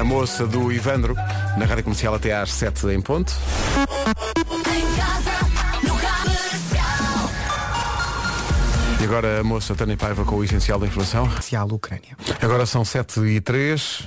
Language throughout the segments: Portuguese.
A moça do Ivandro, na Rádio Comercial até às 7 em ponto. E agora a moça Tânia Paiva com o essencial da informação. Comercial Ucrânia. Agora são 7h03.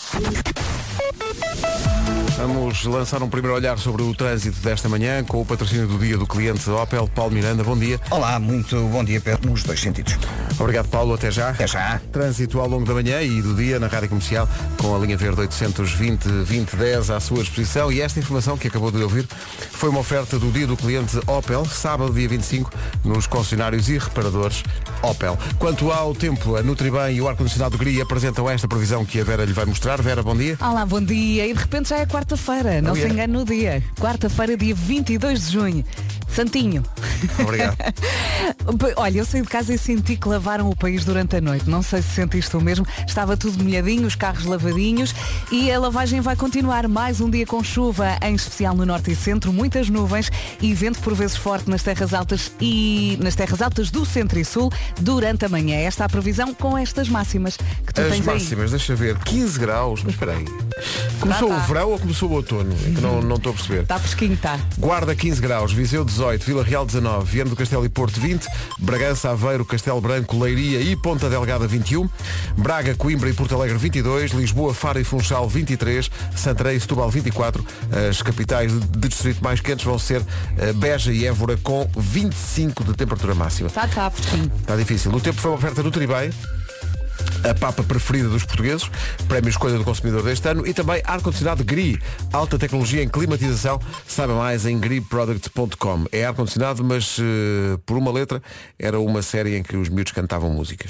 Vamos lançar um primeiro olhar sobre o trânsito desta manhã com o patrocínio do dia do cliente Opel, Paulo Miranda. Bom dia. Olá, muito bom dia, Pedro, nos dois sentidos. Obrigado, Paulo. Até já. Até já. Trânsito ao longo da manhã e do dia na Rádio Comercial com a linha verde 820-2010 à sua disposição. E esta informação que acabou de ouvir foi uma oferta do dia do cliente Opel, sábado, dia 25, nos concessionários e reparadores Opel. Quanto ao tempo, a Nutribem e o ar-condicionado GRI apresentam esta previsão que a Vera lhe vai mostrar. Vera, bom dia. Olá, bom dia. E de repente já é quarta-feira. Não se engane no dia. Quarta-feira, dia 22 de junho. Santinho. Obrigado. Olha, eu saí de casa e senti que lavaram o país durante a noite. Não sei se sentiste o mesmo. Estava tudo molhadinho, os carros lavadinhos e a lavagem vai continuar. Mais um dia com chuva, em especial no norte e centro, muitas nuvens e vento por vezes forte nas terras altas e nas terras altas do centro e sul durante a manhã. Esta é a previsão com estas máximas que tu tens aí. As máximas, deixa ver, 15 graus, mas espera aí. Começou o verão ou começou o outono? É que não estou a perceber. Está fresquinho, está. Guarda 15 graus, Viseu 18, Vila Real 19, Viana do Castelo e Porto 20, Bragança, Aveiro, Castelo Branco, Leiria e Ponta Delgada 21, Braga, Coimbra e Porto Alegre 22, Lisboa, Faro e Funchal 23, Santarém e Setúbal 24. As capitais de distrito mais quentes vão ser Beja e Évora com 25 de temperatura máxima. Está fresquinho. Está difícil. O tempo foi uma oferta do Tribem, a papa preferida dos portugueses, prémio Escolha do Consumidor deste ano, e também ar-condicionado GRI, alta tecnologia em climatização. Saiba mais em griproduct.com. É ar-condicionado, mas por uma letra era uma série em que os miúdos cantavam músicas.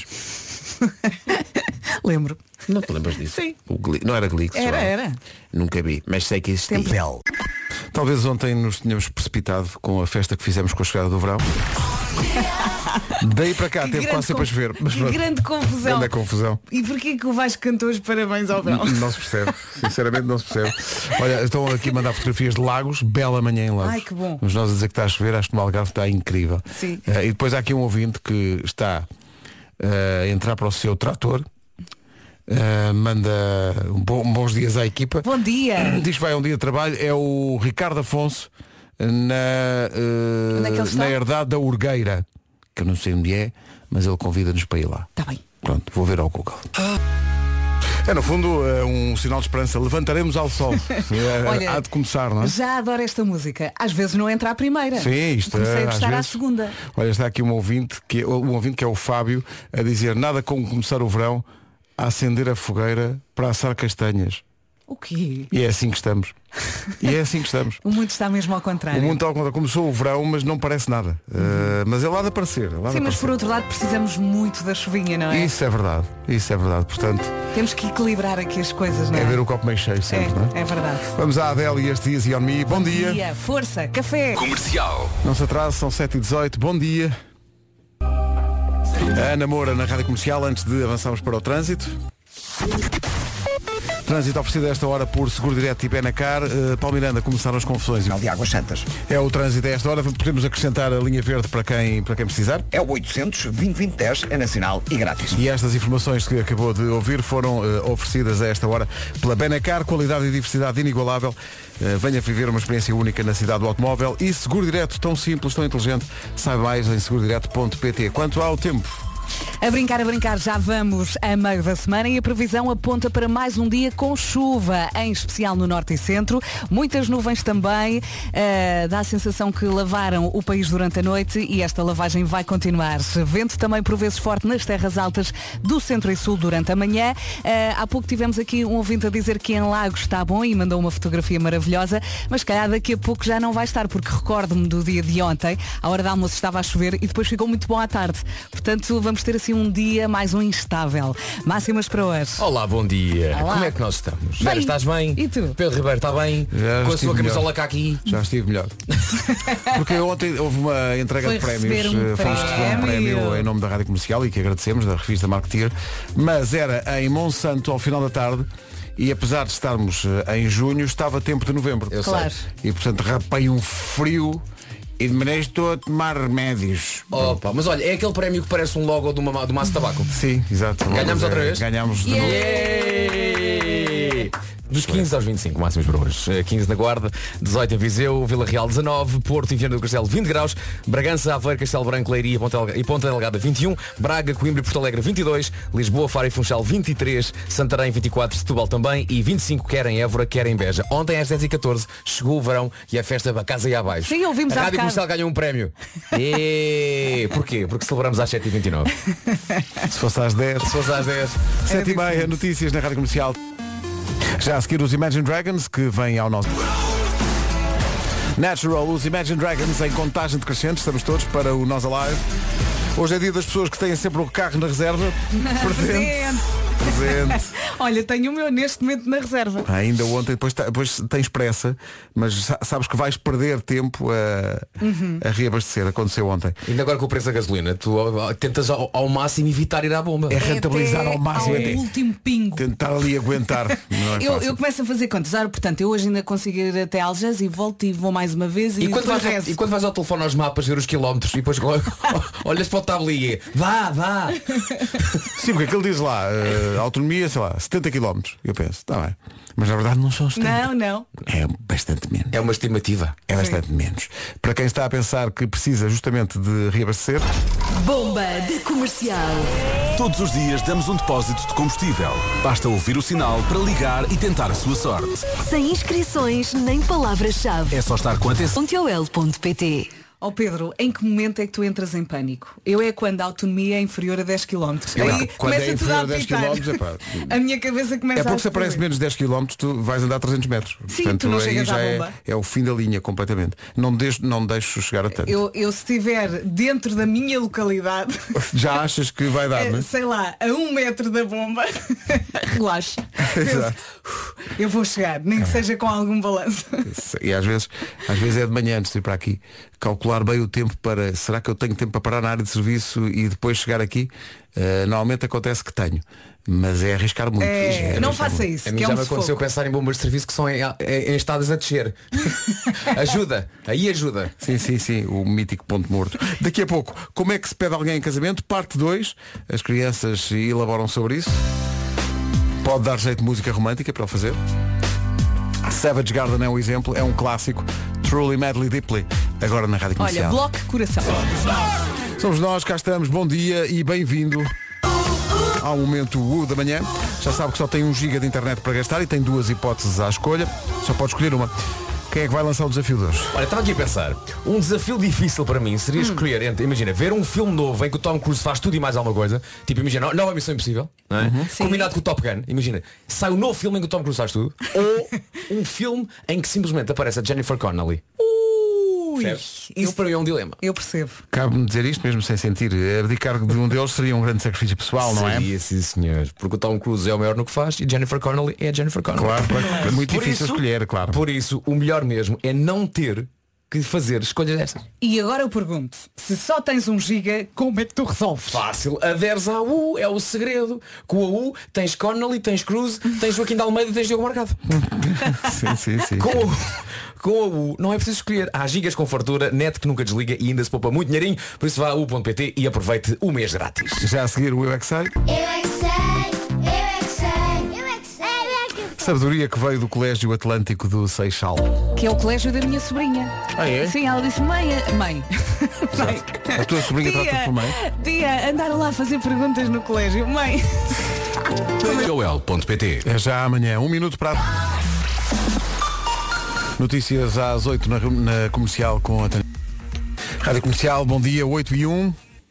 Lembro. Não te lembras disso? Sim. Não era Glee que soava? Era. Nunca vi, mas sei que existia. Tempo. Talvez ontem nos tínhamos precipitado com a festa que fizemos com a chegada do verão. Daí para cá teve quase sempre a chover. Mas que grande confusão. Grande confusão. E porquê que o Vasco cantou os parabéns ao verão? Não se percebe. Sinceramente não se percebe. Olha, estão aqui a mandar fotografias de Lagos. Bela manhã em Lagos. Ai, que bom. Mas nós a dizer que está a chover, acho que no Algarve está incrível. Sim. E depois há aqui um ouvinte que está a entrar para o seu trator. Manda bons dias à equipa. Bom dia. Diz que vai um dia de trabalho. É o Ricardo Afonso na herdade da Urgueira, que eu não sei onde é, mas ele convida-nos para ir lá. Está bem. Pronto, vou ver ao Google. É no fundo um sinal de esperança. Levantaremos ao sol. Olha, há de começar, não é? Já adoro esta música. Às vezes não entra a primeira. Sim, isto comecei a às gostar à vezes. segunda. Olha, está aqui um ouvinte que é o Fábio a dizer: nada como começar o verão a acender a fogueira para assar castanhas. O quê? E é assim que estamos. O mundo está mesmo ao contrário. O mundo está ao contrário. Começou o verão, mas não parece nada. Mas é lá de aparecer. Sim, mas por outro lado precisamos muito da chuvinha, não é? Isso é verdade. Portanto, temos que equilibrar aqui as coisas, não é? É ver o copo meio cheio sempre, não é? É verdade. Vamos à Adele e este Easy on Me. Bom dia. Força, café. Comercial. Não se atrase, são 7h18. Bom dia. A Ana Moura na Rádio Comercial, antes de avançarmos para o trânsito. Trânsito oferecido a esta hora por Seguro Direto e Benacar. Paulo Miranda, começaram as confusões. De Águas Santas. É o trânsito a esta hora. Podemos acrescentar a linha verde para quem precisar. É o 800-2020-10, é nacional e grátis. E estas informações que acabou de ouvir foram oferecidas a esta hora pela Benacar. Qualidade e diversidade inigualável. Venha viver uma experiência única na cidade do automóvel. E Seguro Direto, tão simples, tão inteligente. Saiba mais em segurodireto.pt. Quanto ao tempo... A brincar, já vamos a meio da semana e a previsão aponta para mais um dia com chuva, em especial no norte e centro. Muitas nuvens também, dá a sensação que lavaram o país durante a noite e esta lavagem vai continuar. Vento também por vezes forte nas terras altas do centro e sul durante a manhã. Há pouco tivemos aqui um ouvinte a dizer que em Lagos está bom e mandou uma fotografia maravilhosa, mas calhar daqui a pouco já não vai estar, porque recordo-me do dia de ontem, à hora do almoço estava a chover e depois ficou muito bom à tarde. Portanto, vamos ter assim um dia mais um instável. Máximas para hoje. Olá, bom dia. Olá. Como é que nós estamos? Bem. Vera, estás bem? E tu? Pedro Ribeiro, está bem? Já Com a estive sua camisola melhor. cá aqui? Já estive melhor. Porque ontem houve uma entrega Foi de prémios. receber um Fomos receber um prémio. prémio em nome da Rádio Comercial e que agradecemos, da revista Marketeer. Mas era em Monsanto ao final da tarde. E apesar de estarmos em junho, estava tempo de novembro. Eu Claro. sei. E portanto rapei um frio. E de maneira estou a tomar remédios. Opa, mas olha, é aquele prémio que parece um logo de um maço de tabaco. Sim, exato. Ganhámos outra vez? Ganhámos de novo. Yeah! 15 aos 25 máximos para hoje. 15 na Guarda, 18 em Viseu, Vila Real 19, Porto e Viana do Castelo 20 graus, Bragança, Aveiro, Castelo Branco, Leiria e Ponta Delgada 21, Braga, Coimbra e Porto Alegre 22, Lisboa, Faro e Funchal 23, Santarém 24, Setúbal também e 25 quer em Évora, quer em Beja. Ontem às 10h14 chegou o verão e a festa da casa e abaixo. Sim, ouvimos a há Rádio bocado. Comercial ganhou um prémio. Porquê? Porque celebramos às 7h29. Se fosse às 10. Se fosse às 10. 7h30, notícias na Rádio Comercial. Já a seguir os Imagine Dragons, que vêm ao nosso... Natural, os Imagine Dragons em contagem decrescente. Estamos todos para o Nós Alive. Hoje é dia das pessoas que têm sempre o carro na reserva. Presente. Olha, tenho o meu neste momento na reserva. Ainda ontem, depois tens pressa, mas sabes que vais perder tempo a reabastecer. Aconteceu ontem. Ainda agora com o preço da gasolina, tu tentas ao máximo evitar ir à bomba. É rentabilizar ao máximo. Ao último pingo. Tentar ali aguentar. Não é fácil. Eu começo a fazer contas. Portanto, eu hoje ainda consigo ir até Algés e volto e vou mais uma vez E quando vais ao telefone aos mapas ver os quilómetros e depois olhas para o tabuleiro, vá. Sim, porque aquilo diz lá, autonomia, sei lá, 70 km. Eu penso, está bem. Mas na verdade não são 70. Não. É bastante menos. É uma estimativa. É bastante menos. Para quem está a pensar que precisa justamente de reabastecer, Bomba de Comercial. Todos os dias damos um depósito de combustível. Basta ouvir o sinal para ligar e tentar a sua sorte. Sem inscrições nem palavras-chave. É só estar com atenção. .ol.pt. Ó Pedro, em que momento é que tu entras em pânico? Eu é quando a autonomia é inferior a 10 km. Aí quando é começa tudo a inferior a 10 apitar. km, epá, A minha cabeça começa é porque se a aparece menos de 10 km tu vais andar 300 metros. Sim, Portanto, tu não aí chegas já à bomba. é o fim da linha completamente. Não deixo chegar a tanto. Eu se estiver dentro da minha localidade, Já achas que vai dar, não é? sei lá, a 1 metro da bomba, relaxa. Exato. Eu vou chegar, nem que seja com algum balanço. E às vezes é de manhã antes de ir para aqui, calcular bem o tempo para, será que eu tenho tempo para parar na área de serviço e depois chegar aqui? Normalmente acontece que tenho, mas é arriscar muito. Não faça isso. A mim que é já um me aconteceu sufoco. pensar em bombas de serviço que são em estados a descer. Ajuda. Sim, o mítico ponto morto. Daqui a pouco, como é que se pede alguém em casamento? Parte 2, as crianças elaboram sobre isso. Pode dar jeito de música romântica para o fazer. Savage Garden é um exemplo, é um clássico. Truly, Madly, Deeply, agora na Rádio Comercial. Olha, bloco coração. Somos nós, cá estamos, bom dia e bem-vindo ao momento da manhã. Já sabe que só tem 1 GB de internet para gastar e tem 2 hipóteses à escolha. Só pode escolher uma. Quem é que vai lançar o desafio de hoje? Olha, estava aqui a pensar, um desafio difícil para mim seria escolher entre, imagina, ver um filme novo em que o Tom Cruise faz tudo e mais alguma coisa, tipo, imagina, nova Missão Impossível, não é? Combinado com o Top Gun, imagina, sai um novo filme em que o Tom Cruise faz tudo, ou um filme em que simplesmente aparece a Jennifer Connelly. Percebes? Isso para mim é um dilema. Eu percebo. Cabe-me dizer isto mesmo sem sentir. Abdicar de um deles seria um grande sacrifício pessoal, não é? Seria, sim, senhor. Porque o Tom Cruise é o maior no que faz e Jennifer Connelly é a Jennifer Connelly. Claro. É muito Por difícil isso- escolher, claro. Por isso, o melhor mesmo é não ter que fazer escolhas destas. E agora eu pergunto, se só tens 1 GB, como é que tu resolves? Fácil, aderes à U, é o segredo. Com a U tens Connelly, tens Cruz, tens Joaquim de Almeida, tens Diogo Marcado. Sim. Com a U não é preciso escolher. Há gigas com fartura, net que nunca desliga e ainda se poupa muito dinheirinho. Por isso vá a U.pt e aproveite o mês grátis. Já a seguir o Eu é que Sei. Eu é que sei, eu é que sei, eu é que sei, eu é que sei. Sabedoria que veio do Colégio Atlântico do Seixal. Que é o colégio da minha sobrinha. Ah, é? Sim, ela disse, mãe. Mãe. A tua sobrinha trata-te por mãe? Tia, andaram lá a fazer perguntas no colégio. Mãe. .ol.pt. É já amanhã, 1 minuto para... Notícias às 8 na Comercial com a Tânia. Rádio Comercial, bom dia, 8h01.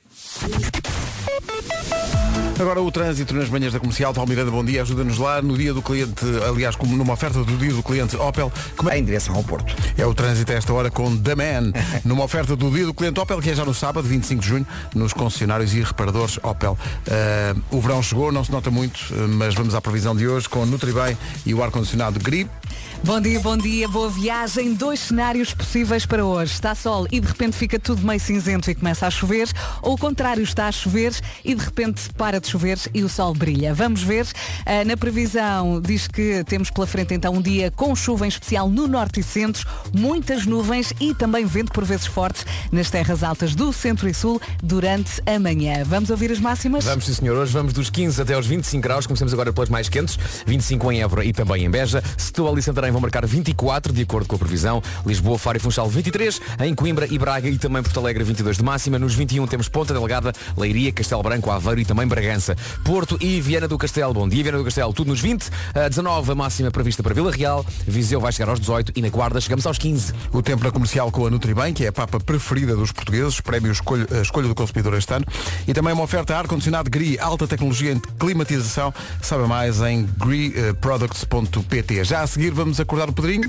Agora o trânsito nas manhãs da Comercial. Paulo Miranda, bom dia, ajuda-nos lá no dia do cliente, aliás, como numa oferta do dia do cliente Opel. Como é? Em direção ao Porto. É o trânsito a esta hora com The Man, numa oferta do dia do cliente Opel, que é já no sábado, 25 de junho, nos concessionários e reparadores Opel. O verão chegou, não se nota muito, mas vamos à previsão de hoje com Nutribem e o ar-condicionado Grip. Bom dia, boa viagem. 2 cenários possíveis para hoje. Está sol e de repente fica tudo meio cinzento e começa a chover. Ou o contrário, está a chover e de repente para pode chover e o sol brilha. Vamos ver. Na previsão diz que temos pela frente então um dia com chuva, em especial no norte e centro, muitas nuvens e também vento por vezes fortes nas terras altas do centro e sul durante a manhã. Vamos ouvir as máximas? Vamos, sim, senhor. Hoje vamos dos 15 até aos 25 graus. Começamos agora pelas mais quentes. 25 em Évora e também em Beja. Setúbal e Santarém vão marcar 24, de acordo com a previsão. Lisboa, Faro e Funchal 23. Em Coimbra e Braga e também Porto Alegre 22 de máxima. Nos 21 temos Ponta Delgada, Leiria, Castelo Branco, Aveiro e também Bragança. Porto e Viana do Castelo. Bom dia, Viana do Castelo. Tudo nos 20. 19 a máxima prevista para Vila Real. Viseu vai chegar aos 18 e na Guarda chegamos aos 15. O tempo na comercial com a Nutribem, que é a papa preferida dos portugueses, prémio a escolha do consumidor este ano. E também uma oferta ar-condicionado GRI, alta tecnologia em climatização. Saiba mais em griproducts.pt. Já a seguir vamos acordar o Pedrinho.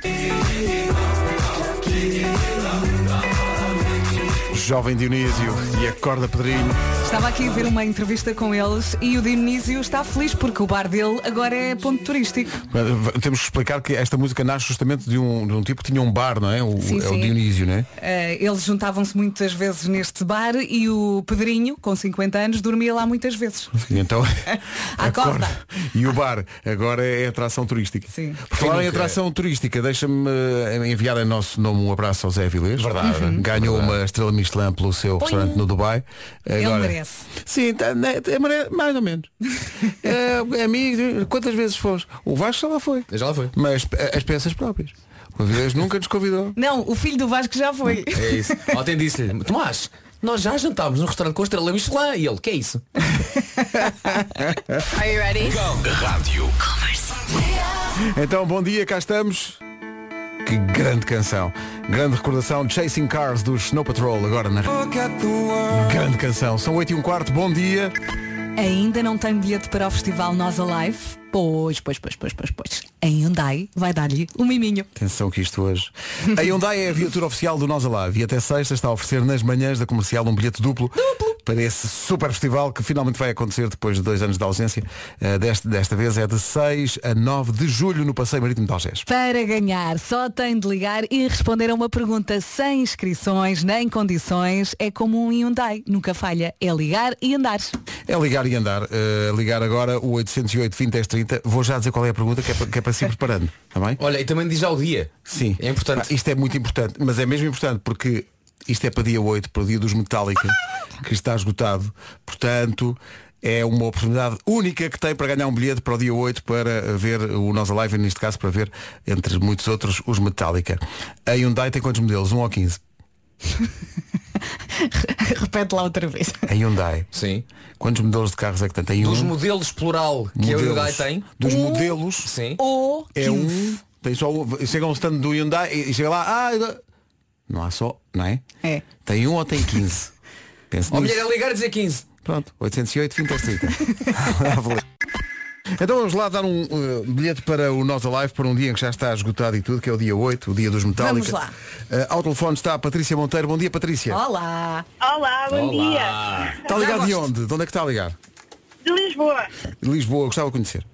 Jovem Dionísio e acorda Pedrinho. Estava aqui a ver uma entrevista com eles e o Dionísio está feliz porque o bar dele agora é ponto turístico. Temos que explicar que esta música nasce justamente de um tipo que tinha um bar, não é? Sim, é o sim. Dionísio, não é? Eles juntavam-se muitas vezes neste bar e o Pedrinho, com 50 anos, dormia lá muitas vezes. Então, Acorda. E o bar agora é atração turística. Sim. Por falar em atração turística, deixa-me enviar em nosso nome um abraço ao Zé Avilés. Verdade. Ganhou Verdade. uma estrela Michelin pelo seu restaurante no Dubai. Ele merece. Sim, mais ou menos. Amigo, quantas vezes foste? O Vasco já lá foi. Já lá foi. Mas as peças próprias. O Avilés nunca nos convidou. Não, o filho do Vasco já foi. É isso. Ontem disse-lhe, Tomás, nós já jantámos num restaurante com estrela Michelin. E ele, que é isso? Are you ready? Rádio. Então, bom dia, cá estamos. Que grande canção. Grande recordação, Chasing Cars do Snow Patrol, agora na... Grande canção. São 8h15, bom dia. Ainda não tem bilhete para o festival Nós Alive? Pois. A Hyundai vai dar-lhe um miminho. Atenção que isto hoje. A Hyundai é a viatura oficial do Nós Alive e até sexta está a oferecer nas manhãs da comercial um bilhete duplo para esse super festival que finalmente vai acontecer depois de 2 anos de ausência. Desta vez é de 6 a 9 de julho no Passeio Marítimo de Algés. Para ganhar, só tem de ligar e responder a uma pergunta sem inscrições nem condições. É como um Hyundai, nunca falha. É ligar e andar. É ligar e andar. Ligar agora o 808 20 10 30. Vou já dizer qual é a pergunta que é para se ir preparando. Está bem? Olha, e também diz já o dia. Sim. É importante. Isto é muito importante, mas é mesmo importante porque isto é para dia 8, para o dia dos Metallica, que está esgotado. Portanto, é uma oportunidade única que tem para ganhar um bilhete para o dia 8 para ver o Nós Alive, neste caso para ver, entre muitos outros, os Metallica. A Hyundai tem quantos modelos? 1 ou 15? Repete lá outra vez. A Hyundai. Sim. Quantos modelos de carros é que tem? Tem Dos modelos plural que a Hyundai tem. Dos modelos. Sim. O É 15. Tem só chega um stand do Hyundai e chega lá, não há só, não é? É. Tem 1 ou tem 15? Penso A nisso. mulher é ligar e dizer 15. Pronto, 808 20 30. Então vamos lá dar um bilhete para o Nós Alive para um dia em que já está esgotado e tudo, que é o dia 8, o dia dos Metallica. Vamos lá. Ao telefone está a Patrícia Monteiro. Bom dia, Patrícia. Olá. Olá, bom dia. Está a ligar de onde? De onde é que está a ligar? De Lisboa. De Lisboa, gostava de conhecer.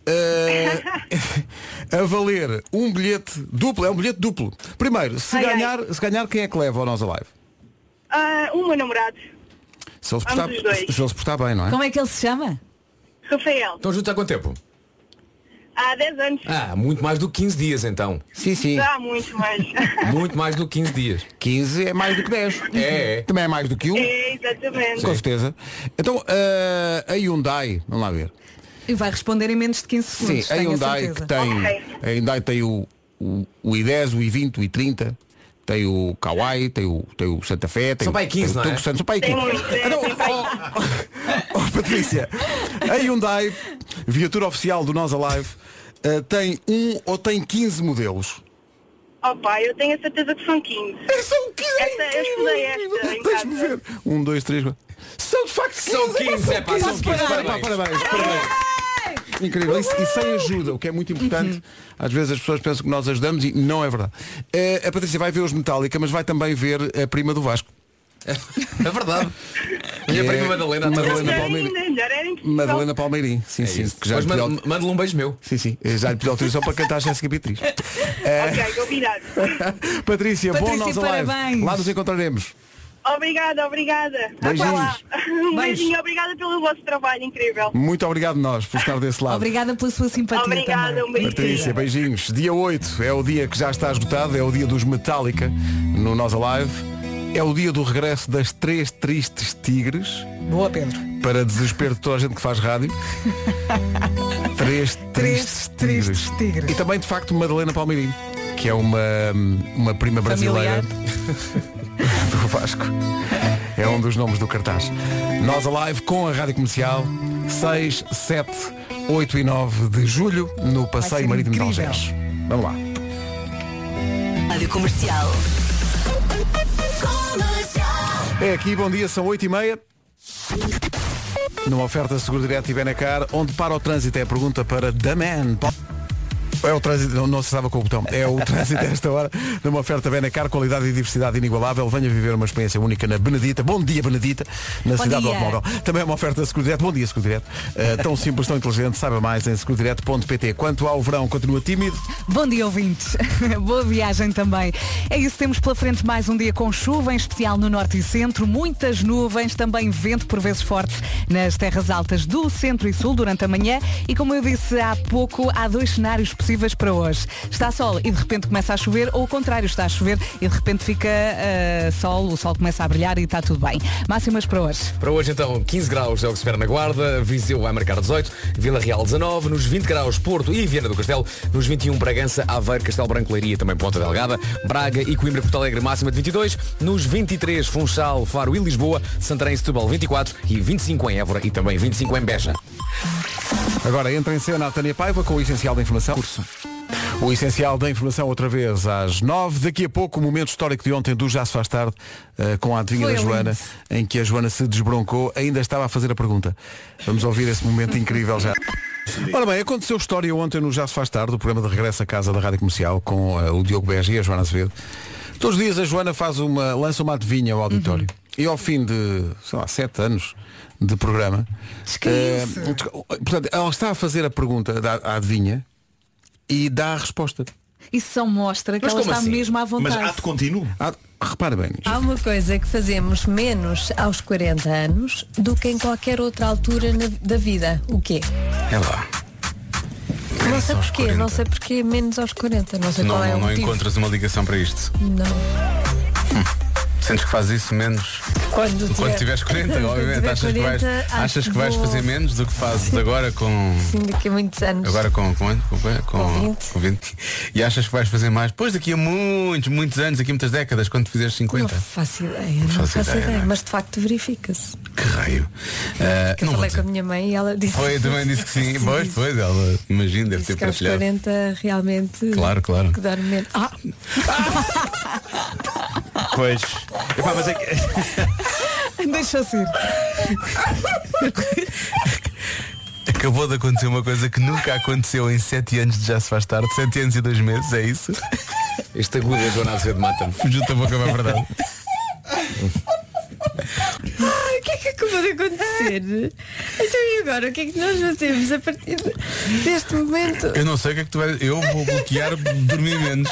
A valer um bilhete duplo, é um bilhete duplo. Primeiro, se ganhar, quem é que leva ao Nós Alive? O meu namorado, Se ele se portar bem, não é? Como é que ele se chama? Rafael. Estão juntos há quanto tempo? Há 10 anos. Muito mais do que 15 dias então. Sim, sim. Já há muito mais. Muito mais do que 15 dias. 15 é mais do que 10. É. Também é mais do que 1. É, exatamente. Com certeza. Então, a Hyundai, vamos lá ver. E vai responder em menos de 15 segundos. Sim, a tenho Hyundai certeza. que tem. Ok. A Hyundai tem o i10, o i20, o i30. Tem o Kauai, tem o Santa Fé, tem São para aí 15, tem o não é? Tucson, são para aí 15. Tem muito, tem para aí. Patrícia, a Hyundai, viatura oficial do Nós Alive, tem 1 ou tem 15 modelos? Opa, eu tenho a certeza que são 15. São 15! Eu estudei esta em Deixa-me casa. ver. 1, 2, 3, 4. São de facto 15! São 15, é pá, são 15. Parabéns. Incrível, e sem ajuda, o que é muito importante. Às vezes as pessoas pensam que nós ajudamos e não é verdade. A Patrícia vai ver os Metallica, mas vai também ver a prima do Vasco. É verdade. Minha prima Madalena. Madalena Palmeirim. Sim, sim. Que já Mas lhe pediu- manda-lhe um beijo meu. Sim, sim. Já lhe pedi autorização para cantar Jéssica Beatriz. Ok, combinado. Patrícia, bom Patrícia, Nós Alive. parabéns. Lá nos encontraremos. Obrigada. Beijinhos. Até lá. Um beijinho, obrigada pelo vosso trabalho incrível. Muito obrigado nós por estar desse lado. Obrigada pela sua simpatia. Obrigada, também. um beijinho. Patrícia, beijinhos. Dia 8 é o dia que já está esgotado, é o dia dos Metallica no Nós Alive. É o dia do regresso das 3 tristes tigres. Boa, Pedro. Para desespero de toda a gente que faz rádio. 3 tristes tigres. E também, de facto, Madalena Palmeirinho, que é uma prima brasileira do Vasco. É um dos nomes do cartaz. Nós Alive com a Rádio Comercial, 6, 7, 8 e 9 de julho, no Passeio Marítimo de Algés. Vamos lá. Rádio Comercial. É aqui, bom dia, são 8h30. Numa oferta Seguro Direto e Benacar, onde para o trânsito é a pergunta para The Man. É o trânsito, não se estava com o botão. É o trânsito a esta hora, numa oferta Benacar, qualidade e diversidade inigualável. Venha viver uma experiência única na Benedita. Bom dia, Benedita, na cidade do automóvel. Também é uma oferta Seguro Direto. Bom dia, Seguro Direto. Tão simples, tão inteligente, saiba mais em segurodireto.pt. Quanto ao verão, continua tímido. Bom dia, ouvintes. Boa viagem também. É isso, temos pela frente mais um dia com chuva, em especial no norte e centro. Muitas nuvens, também vento por vezes forte nas terras altas do centro e sul durante a manhã. E como eu disse há pouco, há 2 cenários possíveis para hoje. Está sol e de repente começa a chover, ou o contrário, está a chover e de repente fica sol, o sol começa a brilhar e está tudo bem. Máximas para hoje. Para hoje então 15 graus é o que se espera na Guarda, Viseu vai marcar 18, Vila Real 19, nos 20 graus Porto e Viana do Castelo, nos 21 Bragança, Aveiro, Castelo Branco, Leiria, também Ponta Delgada, Braga e Coimbra, Porto Alegre máxima de 22, nos 23 Funchal, Faro e Lisboa, Santarém, Setúbal 24 e 25 em Évora e também 25 em Beja. Agora entra em cena a Tânia Paiva com o Essencial da Informação. O Essencial da Informação outra vez às 9. Daqui a pouco o momento histórico de ontem do Já se faz tarde, com a adivinha da Joana, em que a Joana se desbroncou, ainda estava a fazer a pergunta. Vamos ouvir esse momento incrível já. Ora bem, aconteceu história ontem no Já se faz tarde, o programa de regresso à casa da Rádio Comercial, com o Diogo Beja e a Joana Azevedo. Todos os dias a Joana lança uma adivinha ao auditório. E ao fim de, 7 anos de programa, portanto, ela está a fazer a pergunta à adivinha e dá a resposta. Isso só mostra que ela está mesmo à vontade. Mas ato contínuo? Repara bem nisto. Há uma coisa que fazemos menos aos 40 anos do que em qualquer outra altura da vida. O quê? É lá. Não sei porquê menos aos 40. Não sei qual é o não motivo. encontras uma ligação para isto? Não. Sentes que fazes isso menos quando tiveres 40, obviamente. Achas que vais fazer menos do que fazes agora com. Sim, daqui a muitos anos. Agora com 20. E achas que vais fazer mais? Pois daqui a muitos anos, daqui a muitas décadas, quando fizeres 50. Não faço ideia, mas de facto verifica-se. Que raio. Eu falei com a minha mãe e ela disse. Foi, também disse que sim. Pois, ela imagina, deve ter partilhado. Aos 40 realmente. Claro. Que dar menos. Pois. Epá, mas é que... Deixa ser. Acabou de acontecer uma coisa que nunca aconteceu em 7 anos de Já se faz tarde. 7 anos e 2 meses, é isso? Este agudo é Joana Azevedo mata-me. Junta a boca para a verdade. O que é que acabou de acontecer? Então e agora? O que é que nós fazemos a partir deste momento? Eu não sei o que é que tu vais. Eu vou bloquear dormir menos.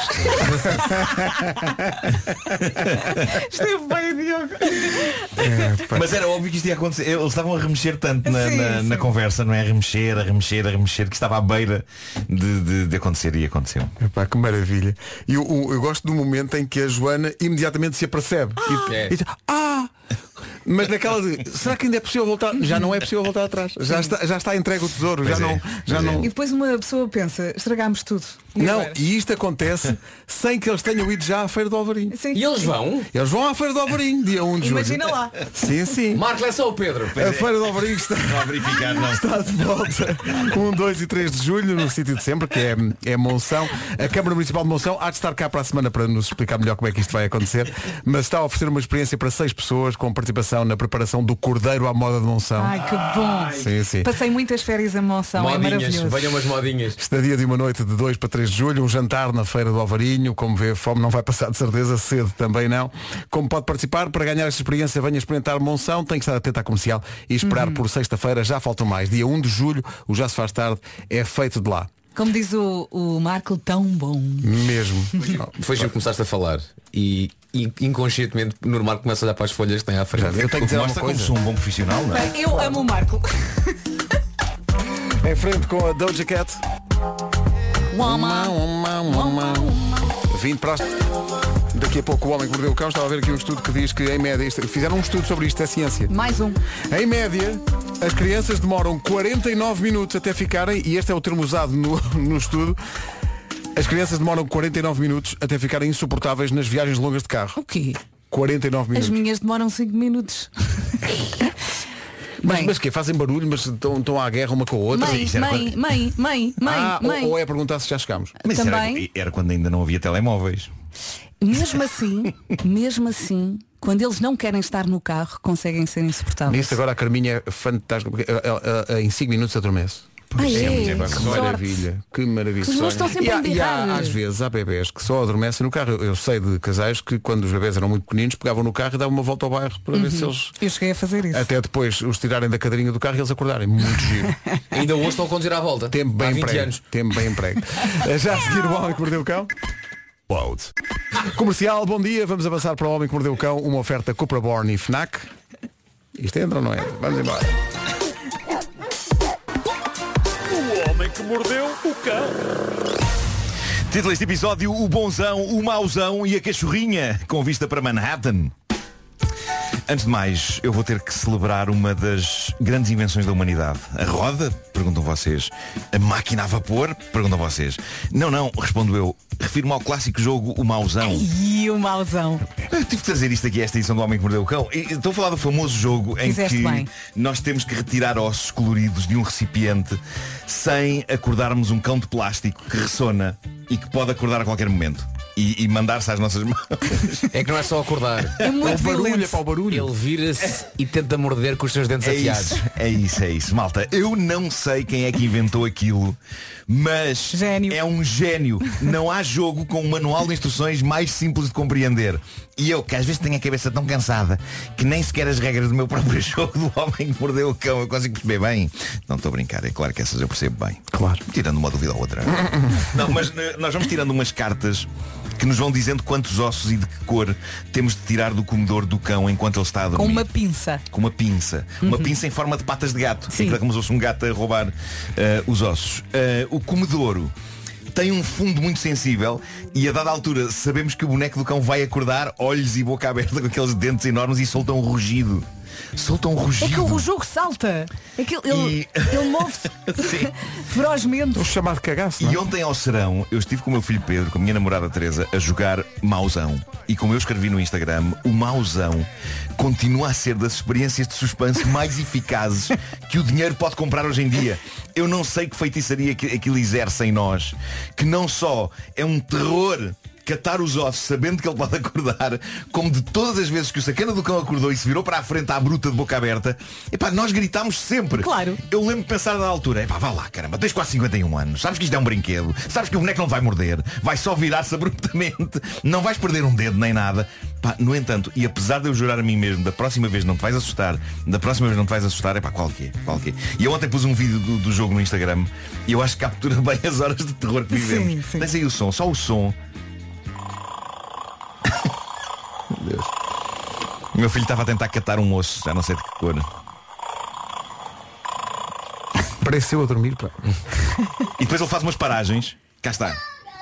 Esteve bem, Diogo. Mas era óbvio que isto ia acontecer. Eles estavam a remexer tanto na conversa, não é? A remexer, que estava à beira de acontecer e aconteceu. Epá, que maravilha. E eu gosto do momento em que a Joana imediatamente se apercebe. E diz, mas naquela de, será que ainda é possível voltar? Já não é possível voltar atrás. Já está entregue o tesouro. Não. E depois uma pessoa pensa, estragámos tudo. E isto acontece sem que eles tenham ido já à Feira do Alvarinho. Sim. E eles vão? Eles vão à Feira do Alvarinho, dia 1 de julho. Imagina lá. Sim. Marco, é só o Pedro. A Feira do Alvarinho está a verificar, não. Está de volta 1, 2 e 3 de julho, no sítio de sempre, que é Monção. A Câmara Municipal de Monção há de estar cá para a semana para nos explicar melhor como é que isto vai acontecer. Mas está a oferecer uma experiência para 6 pessoas com participação na preparação do Cordeiro à moda de Monção. Ai, que bom. Sim. Passei muitas férias em Monção, Modinhas, é maravilhoso. venham umas modinhas. Estadia de uma noite de 2 para 3 de julho, um jantar na Feira do Alvarinho, como vê, fome não vai passar de certeza, cedo também não. Como pode participar, para ganhar esta experiência, venha experimentar Monção, tem que estar atento à comercial e esperar por sexta-feira, já faltam mais. Dia 1 de julho, o Já se faz tarde, é feito de lá. Como diz o Marco, tão bom. Mesmo. Depois que começaste a falar e inconscientemente normal começa a olhar para as folhas que tem à frente. Eu tenho que dizer uma Mostra como coisa. sou um bom profissional, não é? Eu amo o Marco. Em frente com a Doja Cat. 20 para as... Daqui a pouco o Homem que Mordeu o Cão. Estava a ver aqui um estudo que diz que em média, fizeram um estudo sobre isto, é ciência. Mais um. Em média, as crianças demoram 49 minutos até ficarem, e este é o termo usado no estudo, as crianças demoram 49 minutos até ficarem insuportáveis nas viagens longas de carro. O quê? 49 minutos. As minhas demoram 5 minutos. Mas que fazem barulho, mas estão à guerra uma com a outra. Mãe. Ou é perguntar se já chegámos. Mas isso Também. era quando ainda não havia telemóveis. Mesmo assim, quando eles não querem estar no carro, conseguem ser insuportáveis. Nisso agora a Carminha é fantástica, porque ela em 5 minutos adormece. Que maravilha, que maravilha. Os meus estão sempre a embirrar. Às vezes há bebés que só adormecem no carro. Eu sei de casais que quando os bebés eram muito pequeninos pegavam no carro e davam uma volta ao bairro para ver se eles... Eu cheguei a fazer isso. Até depois os tirarem da cadeirinha do carro e eles acordarem. Muito giro. Ainda hoje estão a conduzir à volta. Tempo bem emprego. Tempo bem emprego. Já a seguir o Homem que Mordeu o Cão. Comercial, bom dia. Vamos avançar para o Homem que Mordeu o Cão. Uma oferta Cupra Born e Fnac. Isto entra ou não é? Vamos embora. Que mordeu o cão. Título deste episódio: o bonzão, o mauzão e a cachorrinha com vista para Manhattan. Antes de mais, eu vou ter que celebrar uma das grandes invenções da humanidade. A roda? Perguntam vocês. A máquina a vapor? Perguntam vocês. Não, respondo eu. Refiro-me ao clássico jogo O Mauzão. E o Mauzão. Eu tive de trazer isto aqui a esta edição do Homem que Mordeu o Cão. Estou a falar do famoso jogo em que nós temos que retirar ossos coloridos de um recipiente sem acordarmos um cão de plástico que ressona e que pode acordar a qualquer momento. E mandar-se às nossas mãos. É que não é só acordar. É muito barulho, é para o barulho. Ele vira-se e tenta morder com os seus dentes afiados. É isso. Malta, eu não sei quem é que inventou aquilo, mas é um gênio. Não há jogo com um manual de instruções mais simples de compreender. E eu, que às vezes tenho a cabeça tão cansada que nem sequer as regras do meu próprio jogo do Homem que Mordeu o Cão eu consigo perceber bem. Não estou a brincar, é claro que essas eu percebo bem. Claro. Tirando uma dúvida ou outra. Não, mas nós vamos tirando umas cartas que nos vão dizendo quantos ossos e de que cor temos de tirar do comedor do cão enquanto ele está a dormir. Com uma pinça. Com uma pinça. Uma pinça em forma de patas de gato. Sim. É como se fosse um gato a roubar os ossos. O comedouro tem um fundo muito sensível e a dada altura sabemos que o boneco do cão vai acordar, olhos e boca aberta com aqueles dentes enormes e solta um rugido. É que o jogo salta. É que ele move-se ferozmente. O chamado cagaço. E ontem ao serão eu estive com o meu filho Pedro, com a minha namorada Teresa, a jogar Mauzão. E como eu escrevi no Instagram, o Mauzão continua a ser das experiências de suspense mais eficazes que o dinheiro pode comprar hoje em dia. Eu não sei que feitiçaria que aquilo exerce em nós, que não só é um terror catar os ossos sabendo que ele pode acordar, como de todas as vezes que o sacana do cão acordou e se virou para a frente à bruta de boca aberta, nós gritámos sempre. Claro. Eu lembro de pensar na altura, vá lá, caramba, tens quase 51 anos, sabes que isto é um brinquedo, sabes que o boneco não vai morder, vai só virar-se abruptamente, não vais perder um dedo nem nada. No entanto, e apesar de eu jurar a mim mesmo, da próxima vez não te vais assustar, qual que é? E eu ontem pus um vídeo do jogo no Instagram e eu acho que captura bem as horas de terror que vivemos. Sim. Tens aí o som, só o som. Meu Deus. O meu filho estava a tentar catar um osso, já não sei de que cor. Pareceu a dormir, pá. E depois ele faz umas paragens. Cá está.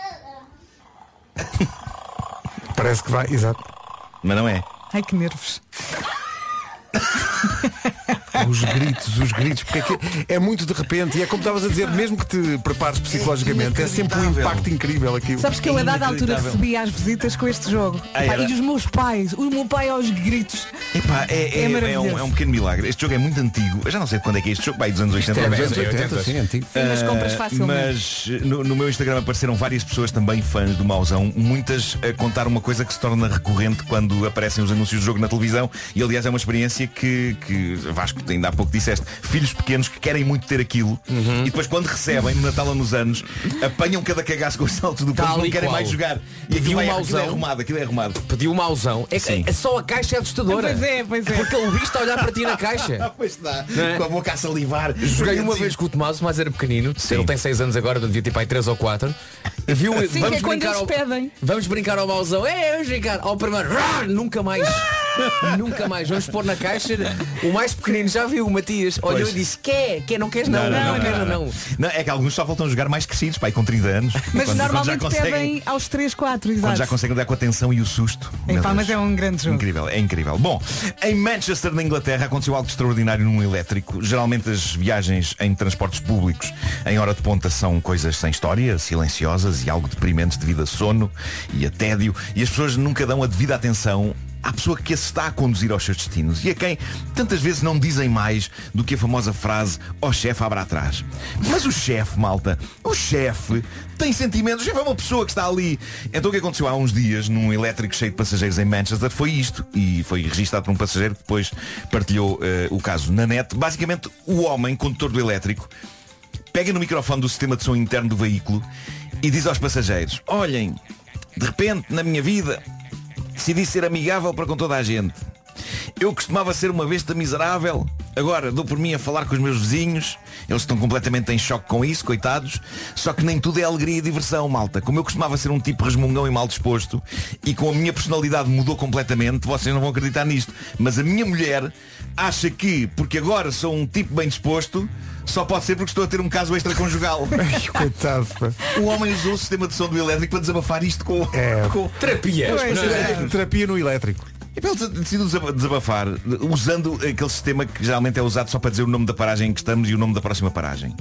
Parece que vai, exato. Mas não é. Ai, que nervos. Os gritos, porque é muito de repente. E é como estavas a dizer, mesmo que te prepares psicologicamente, é sempre um impacto incrível aquilo. Sabes que eu a dada altura recebi as visitas com este jogo. E os meus pais, o meu pai aos gritos. É um pequeno milagre. Este jogo é muito antigo. Eu já não sei de quando é que é este jogo, dos anos 80. Sim, antigo. Mas compras facilmente. Mas no meu Instagram apareceram várias pessoas também fãs do Mauzão, muitas a contar uma coisa que se torna recorrente quando aparecem os anúncios do jogo na televisão. E aliás é uma experiência que Vasco, ainda há pouco disseste, filhos pequenos que querem muito ter aquilo e depois quando recebem no Natal ou nos anos apanham cada cagaço com os saltos do campo, não querem mais jogar. E aquilo é arrumado. Pediu o Mauzão. É só a caixa é assustadora. Pois é. Porque ele está a olhar para ti na caixa. Pois está, com a boca a salivar. Joguei uma vez com o Tomás era pequenino. Ele tem 6 anos agora, devia ter pai 3 ou 4. Viu? Sim, que é quando eles pedem. Vamos brincar ao mauzão. Vamos brincar ao primeiro. Nunca mais. Nunca mais. Vamos pôr na caixa. O mais pequenino já viu, o Matias. Olhou e disse, quer, não queres não. Não, é que alguns só voltam a jogar mais crescidos, pai, com 30 anos. Mas normalmente pedem aos 3, 4, exato. Quando já conseguem dar com a atenção e o susto. Mas é um grande jogo. Incrível, é incrível. Bom, em Manchester, na Inglaterra, aconteceu algo extraordinário num elétrico. Geralmente as viagens em transportes públicos em hora de ponta são coisas sem história, silenciosas e algo deprimentes devido a sono e a tédio. E as pessoas nunca dão a devida atenção à pessoa que se está a conduzir aos seus destinos e a quem tantas vezes não dizem mais do que a famosa frase ó chefe, abra atrás. Mas o chefe, malta, o chefe tem sentimentos. O chefe é uma pessoa que está ali. Então o que aconteceu há uns dias num elétrico cheio de passageiros em Manchester foi isto, e foi registado por um passageiro que depois partilhou o caso na net. Basicamente, o homem, condutor do elétrico, pega no microfone do sistema de som interno do veículo e diz aos passageiros: olhem, de repente na minha vida decidi ser amigável para com toda a gente. Eu costumava ser uma besta miserável. Agora dou por mim a falar com os meus vizinhos. Eles estão completamente em choque com isso, coitados. Só que nem tudo é alegria e diversão, malta. Como eu costumava ser um tipo resmungão e mal disposto, e com a minha personalidade mudou completamente, vocês não vão acreditar nisto, mas a minha mulher acha que, porque agora sou um tipo bem disposto, só pode ser porque estou a ter um caso extraconjugal. Coitado, pá. O homem usou o sistema de som do elétrico para desabafar isto com terapia. Terapia no elétrico. E ele decidiu desabafar usando aquele sistema que geralmente é usado só para dizer o nome da paragem em que estamos e o nome da próxima paragem.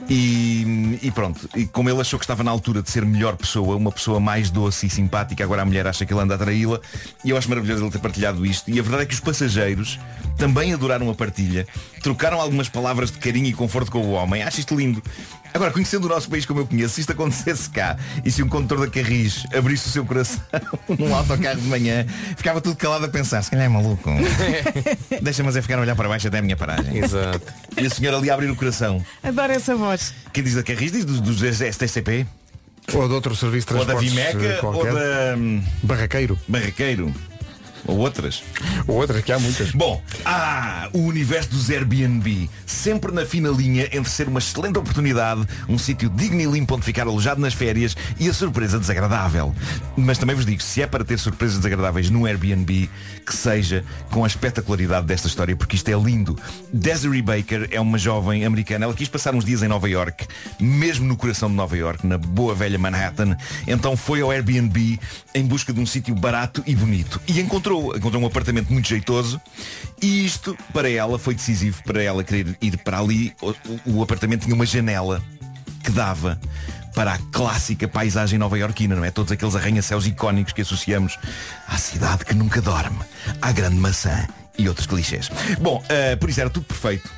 E pronto. E como ele achou que estava na altura de ser melhor pessoa, uma pessoa mais doce e simpática, agora a mulher acha que ele anda a traí-la. E eu acho maravilhoso ele ter partilhado isto. E a verdade é que os passageiros também adoraram a partilha. Trocaram algumas palavras de carinho e conforto com o homem. Acho isto lindo. Agora, conhecendo o nosso país como eu conheço, se isto acontecesse cá e se um condutor da Carris abrisse o seu coração num autocarro de manhã, ficava tudo calado a pensar, se calhar é maluco. Deixa-me ficar a olhar para baixo até a minha paragem. Exato. E a senhora ali a abrir o coração. Adoro essa voz. Quem diz da Carris diz dos STCP. Ou de outro serviço de ou da transportes Vimeca, qualquer. ou da Barraqueiro. Ou outras. Que há muitas. Bom, o universo dos Airbnb, sempre na fina linha entre ser uma excelente oportunidade, um sítio digno e limpo onde ficar alojado nas férias, e a surpresa desagradável. Mas também vos digo, se é para ter surpresas desagradáveis no Airbnb, que seja com a espetacularidade desta história, porque isto é lindo. Desiree Baker é uma jovem americana. Ela quis passar uns dias em Nova York, mesmo no coração de Nova York, na boa velha Manhattan. Então foi ao Airbnb em busca de um sítio barato e bonito. E encontrou um apartamento muito jeitoso, e isto para ela foi decisivo para ela querer ir para ali. O apartamento tinha uma janela que dava para a clássica paisagem nova-iorquina, não é? Todos aqueles arranha-céus icónicos que associamos à cidade que nunca dorme, à grande maçã e outros clichês. Bom, por isso era tudo perfeito.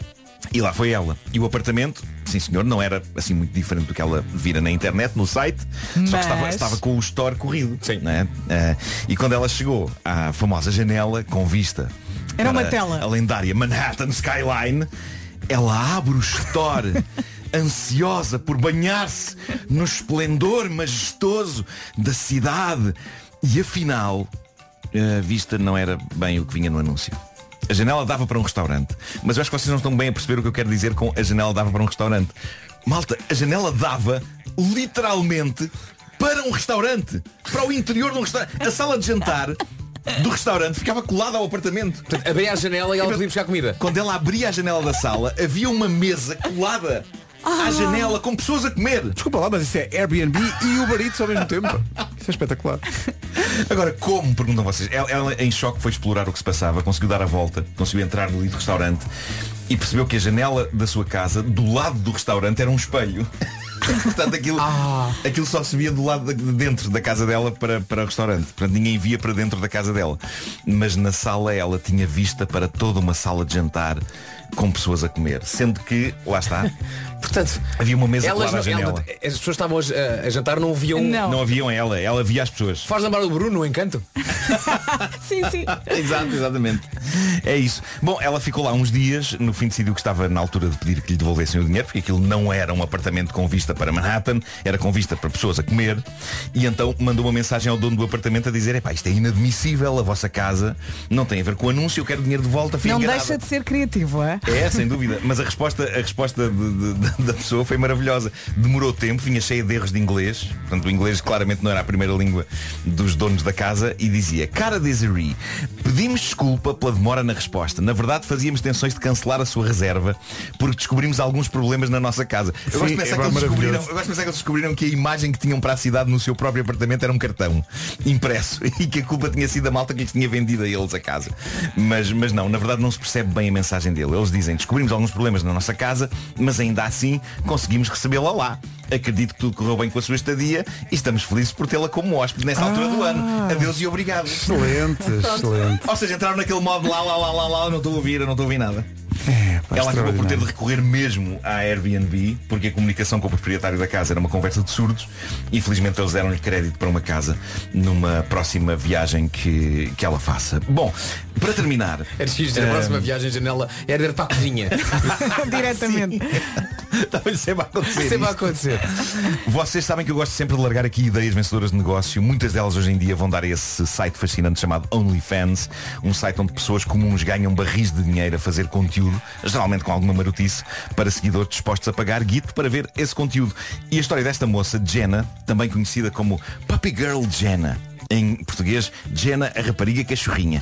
E lá foi ela. E o apartamento, sim senhor, não era assim muito diferente do que ela vira na internet, no site. Só que estava com o store corrido. Sim. Não é? E quando ela chegou à famosa janela com vista era uma tela. A lendária Manhattan Skyline, ela abre o store ansiosa por banhar-se no esplendor majestoso da cidade. E afinal, a vista não era bem o que vinha no anúncio. A janela dava para um restaurante. Mas eu acho que vocês não estão bem a perceber o que eu quero dizer com a janela dava para um restaurante. Malta, a janela dava literalmente para um restaurante. Para o interior de um restaurante. A sala de jantar do restaurante ficava colada ao apartamento. Portanto, abria a janela e ela podia buscar comida. Quando ela abria a janela da sala, havia uma mesa colada à janela com pessoas a comer. Desculpa lá, mas isso é Airbnb e Uber Eats ao mesmo tempo. Isso é espetacular. Agora, como, perguntam vocês, ela em choque foi explorar o que se passava, conseguiu dar a volta, conseguiu entrar no restaurante e percebeu que a janela da sua casa, do lado do restaurante, era um espelho. Portanto, aquilo só se via do lado de dentro da casa dela para o restaurante. Portanto, ninguém via para dentro da casa dela. Mas na sala ela tinha vista para toda uma sala de jantar com pessoas a comer. Sendo que, lá está, portanto, havia uma mesa colada à janela. As pessoas estavam a jantar, não viam. Não haviam ela via as pessoas. Faz lembrar o Bruno, no Encanto? Sim. Exatamente. É isso. Bom, ela ficou lá uns dias. No fim decidiu que estava na altura de pedir que lhe devolvessem o dinheiro, porque aquilo não era um apartamento com vista para Manhattan, era com vista para pessoas a comer. E então mandou uma mensagem ao dono do apartamento a dizer: epá, isto é inadmissível, a vossa casa não tem a ver com o anúncio, eu quero dinheiro de volta. Não deixa de ser criativo, é? É, sem dúvida. Mas a resposta da pessoa foi maravilhosa. Demorou tempo, vinha cheia de erros de inglês. Portanto, o inglês claramente não era a primeira língua dos donos da casa. E dizia: cara Desiree, pedimos desculpa pela demora na resposta. Na verdade fazíamos tensões de cancelar a sua reserva porque descobrimos alguns problemas na nossa casa. Eu gosto de pensar que eles descobriram que a imagem que tinham para a cidade no seu próprio apartamento era um cartão impresso e que a culpa tinha sido a malta que lhes tinha vendido a eles a casa. Mas não, na verdade não se percebe bem a mensagem dele. Eles dizem: descobrimos alguns problemas na nossa casa, mas ainda assim conseguimos recebê-la lá. Acredito que tudo correu bem com a sua estadia e estamos felizes por tê-la como hóspede nesta altura do ano. Adeus e obrigado. Excelente, excelente. Ou seja, entraram naquele modo lá, não estou a ouvir nada. Ela acabou por ter de recorrer mesmo à Airbnb, porque a comunicação com o proprietário da casa era uma conversa de surdos. Infelizmente eles deram-lhe crédito para uma casa numa próxima viagem que ela faça. Bom, para terminar, a próxima viagem janela era ir para a cozinha. Diretamente. Estava-lhe sempre a acontecer. Sempre a acontecer. Vocês sabem que eu gosto sempre de largar aqui ideias vencedoras de negócio. Muitas delas hoje em dia vão dar a esse site fascinante chamado OnlyFans, um site onde pessoas comuns ganham barris de dinheiro a fazer conteúdo, geralmente com alguma marotice, para seguidores dispostos a pagar guito para ver esse conteúdo. E a história desta moça, Jenna, também conhecida como Puppy Girl Jenna, em português, Jenna, a rapariga cachorrinha,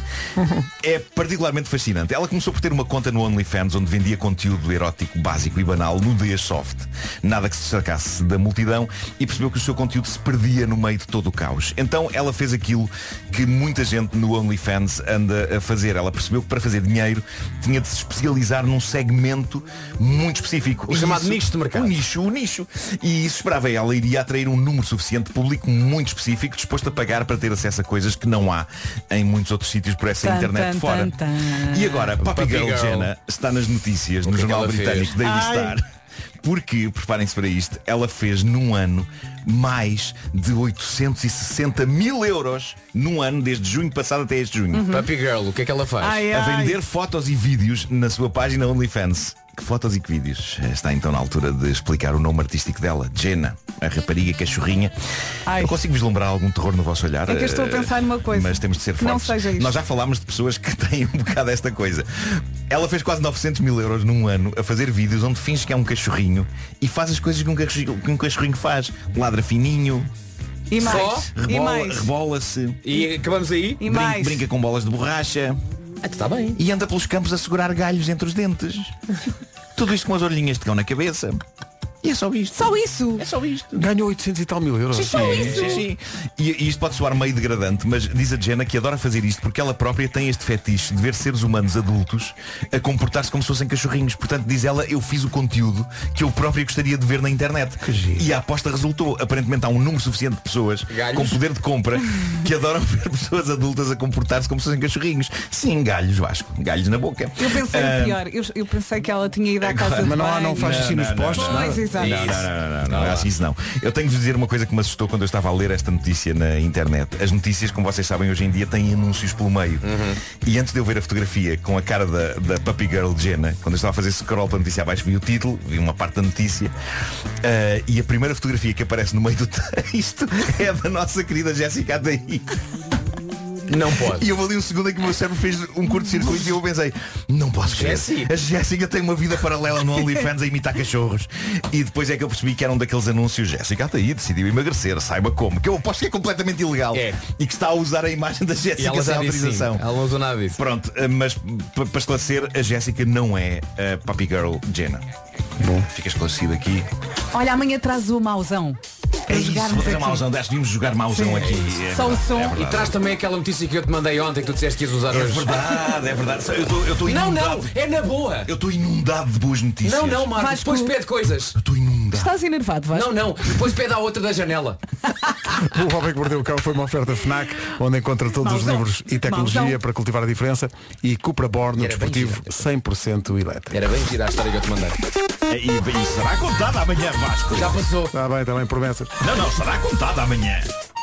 é particularmente fascinante. Ela começou por ter uma conta no OnlyFans onde vendia conteúdo erótico básico e banal, nudez soft, nada que se destacasse da multidão, e percebeu que o seu conteúdo se perdia no meio de todo o caos. Então ela fez aquilo que muita gente no OnlyFans anda a fazer. Ela percebeu que para fazer dinheiro tinha de se especializar num segmento muito específico. O chamado nicho de mercado. O nicho. E isso esperava ela iria atrair um número suficiente de público muito específico, disposto a pagar para ter acesso a coisas que não há em muitos outros sítios por essa internet fora. E agora, Puppy Girl Jenna está nas notícias no jornal britânico Daily Star. Porque, preparem-se para isto, ela fez num ano mais de 860 mil euros num ano, desde junho passado até este junho. Puppy Girl, o que é que ela faz? A vender fotos e vídeos na sua página OnlyFans. Que fotos e que vídeos? Está então na altura de explicar o nome artístico dela, Jenna, a rapariga cachorrinha. Eu consigo vislumbrar algum terror no vosso olhar. É que eu estou a pensar numa coisa. Mas temos de ser fortes. Não seja isto. Nós já falámos de pessoas que têm um bocado esta coisa. Ela fez quase 900 mil euros num ano a fazer vídeos onde finge que é um cachorrinho e faz as coisas que um cachorrinho faz. Ladra fininho. E mais. Rebola-se. E acabamos aí. E mais. Brinca com bolas de borracha. Está bem. E anda pelos campos a segurar galhos entre os dentes. Tudo isto com as orelhinhas de cão na cabeça. E é só isto. Só isso? É só isto. Ganhou 800 e tal mil euros. Sim. E isto pode soar meio degradante, mas diz a Jenna que adora fazer isto porque ela própria tem este fetiche de ver seres humanos adultos a comportar-se como se fossem cachorrinhos. Portanto, diz ela, eu fiz o conteúdo que eu própria gostaria de ver na internet. E a aposta resultou. Aparentemente há um número suficiente de pessoas com poder de compra que adoram ver pessoas adultas a comportar-se como se fossem cachorrinhos. Sim, galhos, Vasco. Galhos na boca. Eu pensei pior. Eu pensei que ela tinha ido à casa de Mas não faz xixi nos postos, não. Não, acho que isso não. Eu tenho de vos dizer uma coisa que me assustou quando eu estava a ler esta notícia na internet. As notícias, como vocês sabem, hoje em dia têm anúncios pelo meio. E antes de eu ver a fotografia com a cara da Puppy Girl Jenna, quando eu estava a fazer scroll para a notícia abaixo, vi o título, vi uma parte da notícia, e a primeira fotografia que aparece no meio do texto é da nossa querida Jéssica Ataí. Não pode. E eu ali um segundo em que o meu cérebro fez um curto-circuito e eu pensei, não posso crer. A Jéssica tem uma vida paralela no OnlyFans a imitar cachorros. E depois é que eu percebi que era um daqueles anúncios. Jéssica até aí decidiu emagrecer, saiba como. Que eu aposto que é completamente ilegal. E que está a usar a imagem da Jéssica sem autorização. Ela não usou nada disso. Pronto, mas para esclarecer, a Jéssica não é a Puppy Girl Jenna. Bom, fica esclarecido aqui. Olha, amanhã traz o mauzão. É isso, vou fazer mauzão. Devíamos jogar mauzão aqui. Só o som. E traz também aquela notícia que eu te mandei ontem que tu disseste que ias usar hoje. É verdade. Eu estou inundado. Não, é na boa. Eu estou inundado de boas notícias. Não, Marcos, depois pede coisas. Eu estou inundado. Estás enervado, Vasco? Não, depois pede à outra da janela. O Homem que Mordeu o Cão foi uma oferta FNAC, onde encontra todos os livros e tecnologia para cultivar a diferença, e Cupra Born, no desportivo 100% elétrico. Era bem gira a história que eu te mandei. E será contada amanhã, Vasco. Já passou. Está bem, promessas. Não, será contada amanhã.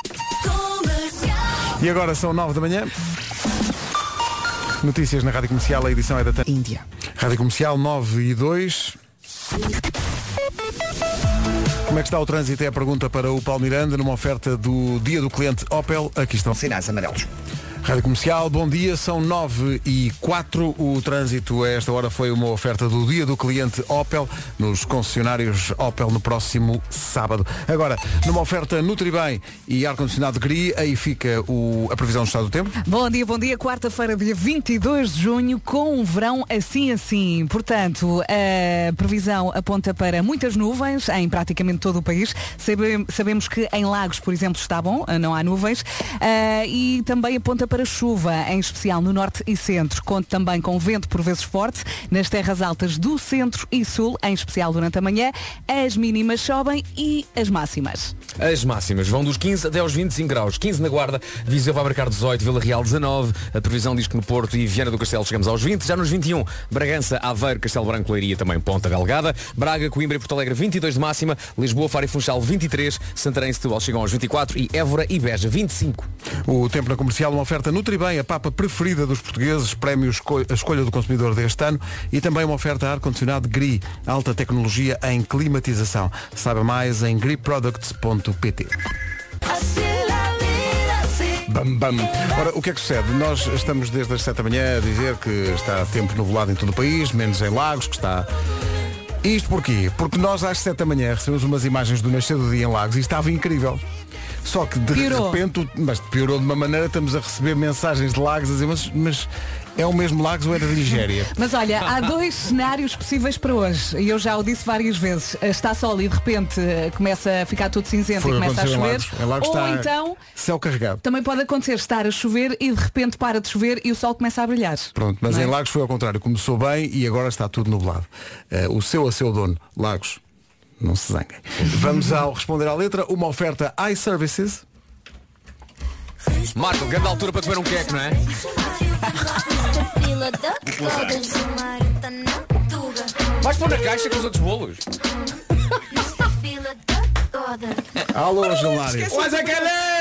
E agora são 9 da manhã. Notícias na Rádio Comercial, a edição é da Índia. Rádio Comercial 9:02. Como é que está o trânsito? É a pergunta para o Paulo Miranda, numa oferta do Dia do Cliente Opel. Aqui estão sinais amarelos. Rádio Comercial, bom dia, são 9h04. O trânsito a esta hora foi uma oferta do Dia do Cliente Opel nos concessionários Opel no próximo sábado. Agora, numa oferta Nutribem e ar-condicionado GRI, aí fica a previsão do estado do tempo. Bom dia, quarta-feira, dia 22 de junho, com um verão assim. Portanto, a previsão aponta para muitas nuvens em praticamente todo o país. Sabemos que em Lagos, por exemplo, está bom, não há nuvens. E também aponta para chuva, em especial no norte e centro. Conto também com vento por vezes forte nas terras altas do centro e sul, em especial durante a manhã. As mínimas sobem e as máximas? As máximas vão dos 15 até aos 25 graus. 15 na Guarda, Viseu vai marcar 18, Vila Real 19. A previsão diz que no Porto e Viana do Castelo chegamos aos 20. Já nos 21, Bragança, Aveiro, Castelo Branco, Leiria, também Ponta Delgada. Braga, Coimbra e Porto Alegre 22 de máxima. Lisboa, Faro e Funchal 23. Santarém e Setúbal chegam aos 24 e Évora e Beja 25. O tempo na Comercial, uma oferta Nutribem, a papa preferida dos portugueses, prémio a escolha do consumidor deste ano, e também uma oferta ar-condicionado GRI, alta tecnologia em climatização. Saiba mais em griproducts.pt. Bam, bam. Ora, o que é que sucede? Nós estamos desde as 7 da manhã a dizer que está tempo nublado em todo o país, menos em Lagos, que está... Isto porquê? Porque nós às 7 da manhã recebemos umas imagens do nascer do dia em Lagos e estava incrível. Só que de repente, mas piorou de uma maneira, estamos a receber mensagens de Lagos a dizer, mas é o mesmo Lagos ou é da Nigéria? Mas olha, há dois cenários possíveis para hoje, e eu já o disse várias vezes. Está sol e de repente começa a ficar tudo cinzento e começa a chover. Em Lagos ou está então céu carregado. também pode acontecer estar a chover e de repente para de chover e o sol começa a brilhar. Pronto, mas em Lagos foi ao contrário, começou bem e agora está tudo nublado. O seu a seu dono, Lagos, não se zanguem. Vamos ao responder à letra, uma oferta iServices. Marco, grande altura para comer um queque, não é? Vais pôr na caixa com os outros bolos. Alô, Gelário. Mas é que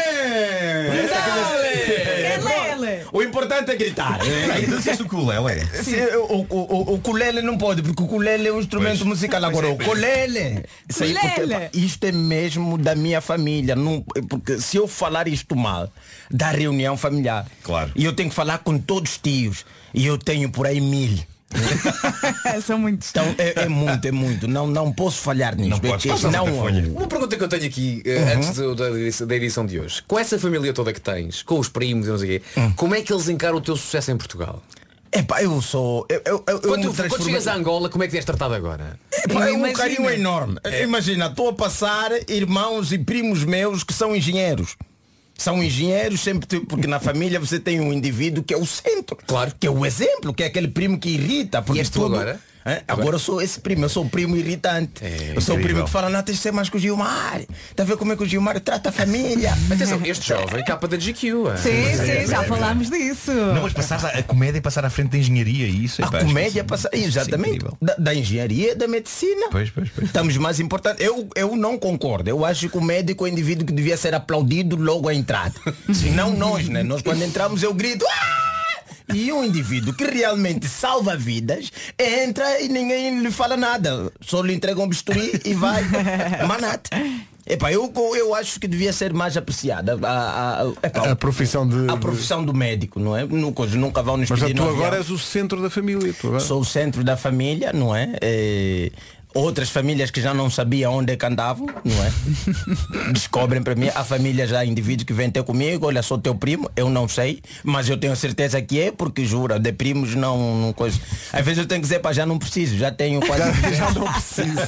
o importante é gritar. Então disseste o ukulele. O ukulele não pode, porque o ukulele é um instrumento musical. Agora, o ukulele. Isto é mesmo da minha família. Não, porque se eu falar isto mal, da reunião familiar. Claro. E eu tenho que falar com todos os tios. E eu tenho por aí 1000. São muitos. Então é muito. Não posso falhar nisso. Não podes Uma pergunta que eu tenho aqui antes da edição de hoje. Com essa família toda que tens, com os primos e não sei o quê, como é que eles encaram o teu sucesso em Portugal? Epá, eu sou... Quando chegas a Angola, como é que és tratado agora? Epá, é um carinho enorme. Imagina, estou a passar irmãos e primos meus que são engenheiros. São engenheiros sempre, porque na família você tem um indivíduo que é o centro. Claro. Que é o exemplo, que é aquele primo que irrita. E és tu agora? Agora eu sou esse primo, eu sou o primo irritante. Eu sou o primo que fala, não, tens de ser mais com o Gilmar. Está a ver como é que o Gilmar trata a família. Atenção, este jovem é capa da GQ. Sim, já falámos disso. Não, mas passar a comédia e passar à frente da engenharia, isso é a comédia passar, exatamente, da engenharia e da medicina. Pois. Estamos mais importantes. Eu não concordo. Eu acho que o médico é o indivíduo que devia ser aplaudido logo à entrada. Não nós, né? Nós quando entramos eu grito. E um indivíduo que realmente salva vidas entra e ninguém lhe fala nada. Só lhe entrega um bisturi e vai. Manate. Epá, eu acho que devia ser mais apreciada a profissão a profissão do médico, não é? Nunca vão nos Mas pedir tu agora és o centro da família. Sou o centro da família, não é? Outras famílias que já não sabiam onde é que andavam, não é? Descobrem para mim, há família já, indivíduos que vêm ter comigo, olha, sou teu primo, eu não sei, mas eu tenho certeza que é, porque jura, de primos não coisa. Às vezes eu tenho que dizer, pá, já não preciso, já tenho quase. Já não preciso.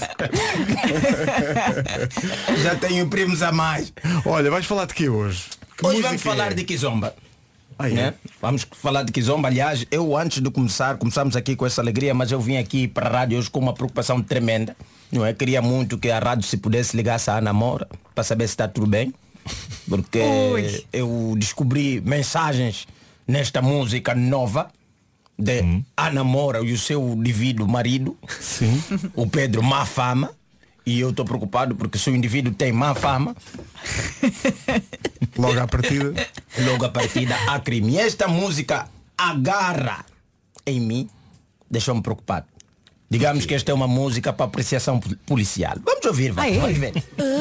Já tenho primos a mais. Olha, vais falar de quê hoje? Hoje vamos falar de Kizomba. Né? Vamos falar de Kizomba. Aliás, eu antes de começamos aqui com essa alegria, mas eu vim aqui para a rádio hoje com uma preocupação tremenda, não é? Queria muito que a rádio se pudesse ligar-se à Ana Moura para saber se está tudo bem, porque eu descobri mensagens nesta música nova de Ana Moura e o seu indivíduo marido. Sim. O Pedro Má Fama. E eu estou preocupado porque se o indivíduo tem má fama, logo à partida há crime. E esta música agarra em mim, deixou-me preocupado. Digamos que esta é uma música para apreciação policial. Vamos ouvir, vamos ver.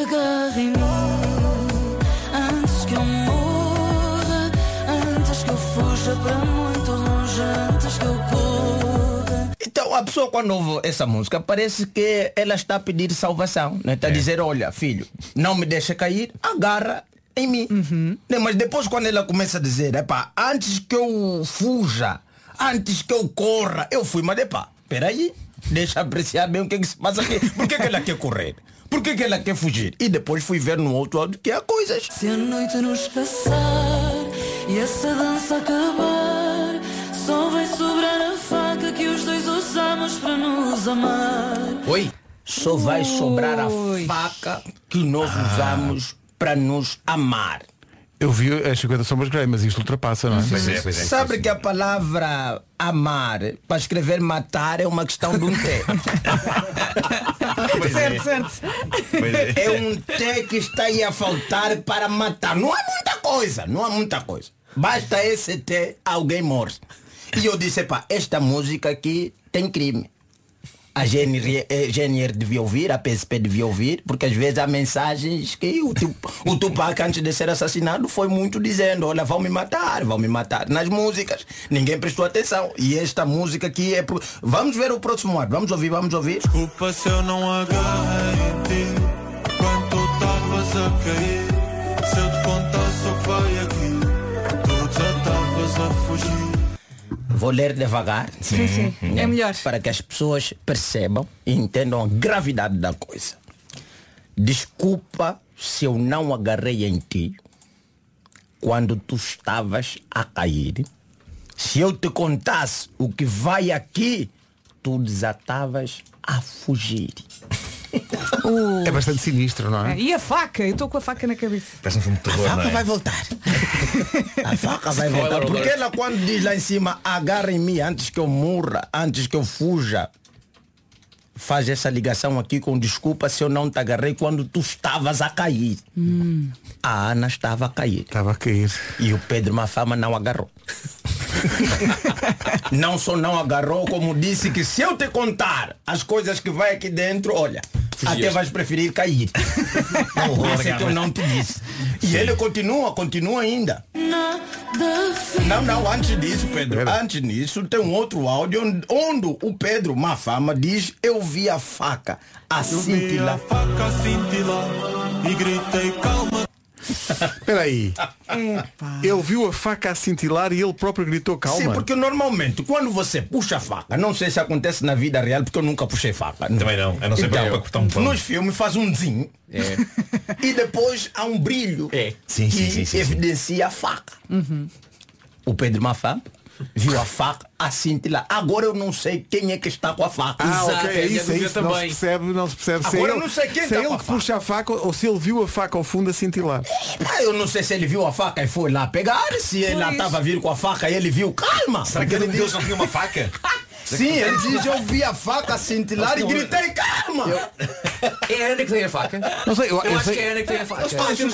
Agarra em mim, antes que eu morra, antes que eu Então a pessoa quando ouve essa música parece que ela está a pedir salvação, né? Está a dizer, olha filho, não me deixa cair, agarra em mim. Né? Mas depois quando ela começa a dizer, antes que eu fuja, antes que eu corra, eu fui, mas peraí, deixa apreciar bem o que se passa aqui. Por que ela quer correr? Por que ela quer fugir? E depois fui ver no outro áudio que há coisas. Se a noite nos passar e essa dança acabar, só vai sobrar a faca que os dois usamos para nos amar. Oi? Só vai sobrar a faca que nós usamos para nos amar. Eu vi as 50 Sombras de Grey, mas isto ultrapassa, não é? Pois é. Sabe que a palavra amar, para escrever matar, é uma questão de um T. Certo. É um T que está aí a faltar para matar. Não há muita coisa. Basta esse T, alguém morre. E eu disse, esta música aqui tem crime. A GNR devia ouvir, a PSP devia ouvir, porque às vezes há mensagens que o Tupac, antes de ser assassinado, foi muito dizendo, olha, vão me matar. Nas músicas, ninguém prestou atenção. E esta música aqui é... Vamos ver o próximo ano, vamos ouvir. Desculpa se eu não agarrei em ti quando tu estavas a cair. Se eu te contasse o que vai aqui, tu já estavas a fugir. Vou ler devagar. Sim. É melhor. Para que as pessoas percebam e entendam a gravidade da coisa. Desculpa se eu não agarrei em ti quando tu estavas a cair. Se eu te contasse o que vai aqui, tu desatavas a fugir. É bastante sinistro, não é? E a faca? Eu estou com a faca na cabeça. Parece um filme de terror, A faca não é? vai voltar. A faca vai voltar. Porque ela quando diz lá em cima, agarra em mim antes que eu morra, antes que eu fuja, faz essa ligação aqui com desculpa se eu não te agarrei quando tu estavas a cair. A Ana estava a cair. Estava a cair. E o Pedro Mafama não agarrou. Não só não agarrou, como disse que se eu te contar as coisas que vai aqui dentro, olha, até vais preferir cair. Isso é que eu não te disse. E ele continua ainda. Não, antes disso, Pedro, antes disso tem um outro áudio onde o Pedro Mafama diz, eu vi a faca a cintilar. E gritei calma. Espera aí. Ele viu a faca a cintilar e ele próprio gritou calma. Sim, porque normalmente quando você puxa a faca, não sei se acontece na vida real, porque eu nunca puxei faca. Também não, a não ser para cortar um pão. Nos filmes faz um zinho e depois há um brilho que evidencia a faca. O Pedro Mafama viu a faca a cintilar. Agora eu não sei quem é que está com a faca. Ok, é isso. Não se percebe. Agora eu não sei quem se está é com ele a que faca. puxa a faca ou se ele viu a faca ao fundo a cintilar. Eu não sei se ele viu a faca e foi lá pegar, se ele lá estava a vir com a faca e ele viu, calma. Será que ele não viu uma faca? Sim, ele diz, eu vi a faca a cintilar e gritei, calma. É a Ana que tem a faca? Não sei, eu acho que é a Ana que tem a faca.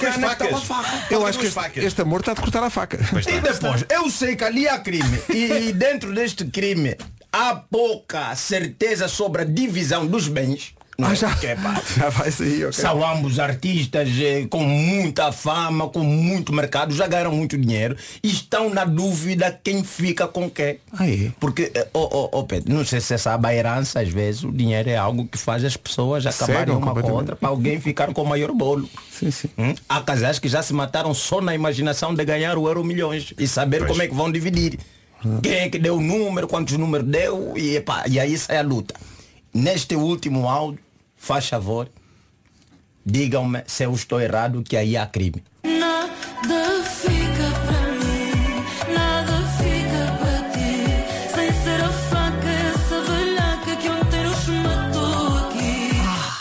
Eu acho que este amor está a cortar a faca. E depois, eu sei que ali há crime. E dentro deste crime há pouca certeza sobre a divisão dos bens. Já vai sair, ok. São ambos artistas com muita fama, com muito mercado, já ganharam muito dinheiro e estão na dúvida quem fica com quem. Porque, Pedro, não sei se você sabe, a herança, às vezes, o dinheiro é algo que faz as pessoas acabarem uma com outra para alguém ficar com o maior bolo. Sim. Há casais que já se mataram só na imaginação de ganhar o euro milhões e saber como é que vão dividir. Quem é que deu o número, quantos números deu e aí sai a luta. Neste último áudio, faz favor, digam-me se eu estou errado, que aí há crime. Nada fica para mim, nada fica para ti, sem ser a faca, essa velhaca que ontem nos matou aqui.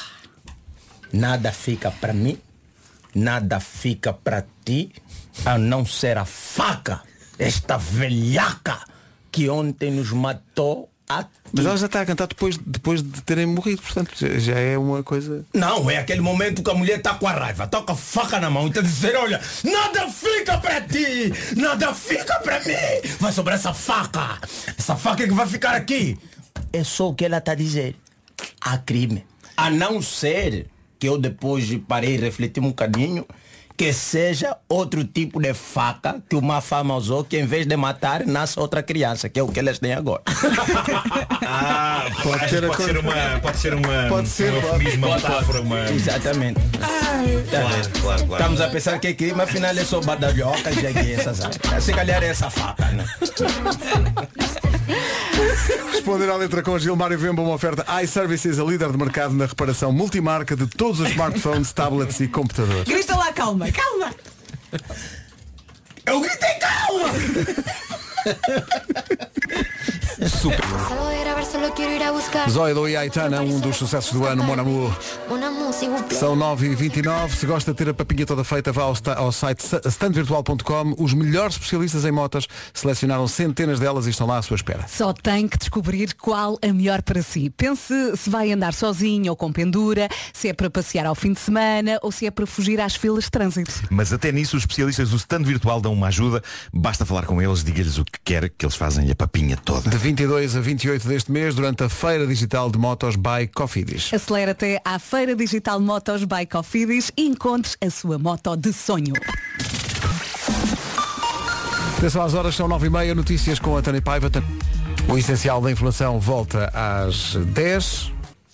Nada fica para mim, nada fica para ti, a não ser a faca, esta velhaca que ontem nos matou aqui. Mas ela já está a cantar depois de terem morrido, portanto já é uma coisa. Não, é aquele momento que a mulher está com a raiva, está com a faca na mão e está a dizer, olha, nada fica para ti, nada fica para mim, vai sobre essa faca é que vai ficar aqui. É só o que ela está a dizer. Há crime. A não ser que eu depois parei e refleti um bocadinho que seja outro tipo de faca que o Mafama usou, que em vez de matar, nasce outra criança, que é o que elas têm agora. Pode ser um eufemismo, uma metáfora, Exatamente. Claro. Estamos a pensar que aqui, mas afinal é só badalhocas e aqui essas áreas. Se calhar é essa faca, né? Responder à letra com Gilmário Vemba, uma oferta iServices, a líder de mercado na reparação multimarca de todos os smartphones, tablets e computadores. Grita lá, calma. Eu gritei calma! Super. Zoido e Aitana, um dos sucessos do ano, Mon Amour. São 9h29. Se gosta de ter a papinha toda feita, vá ao site standvirtual.com. Os melhores especialistas em motas selecionaram centenas delas e estão lá à sua espera. Só tem que descobrir qual a melhor para si. Pense se vai andar sozinho ou com pendura, se é para passear ao fim de semana ou se é para fugir às filas de trânsito. Mas até nisso os especialistas do Stand Virtual dão uma ajuda. Basta falar com eles, diga-lhes o que quer, que eles fazem a papinha toda. De 22 a 28 deste mês, durante a Feira Digital de Motos by Cofidis. Acelera até à Feira Digital de Motos by Cofidis e encontres a sua moto de sonho. Atenção às horas, são 9h30, notícias com a Tânia Paiva. O essencial da informação volta às 10.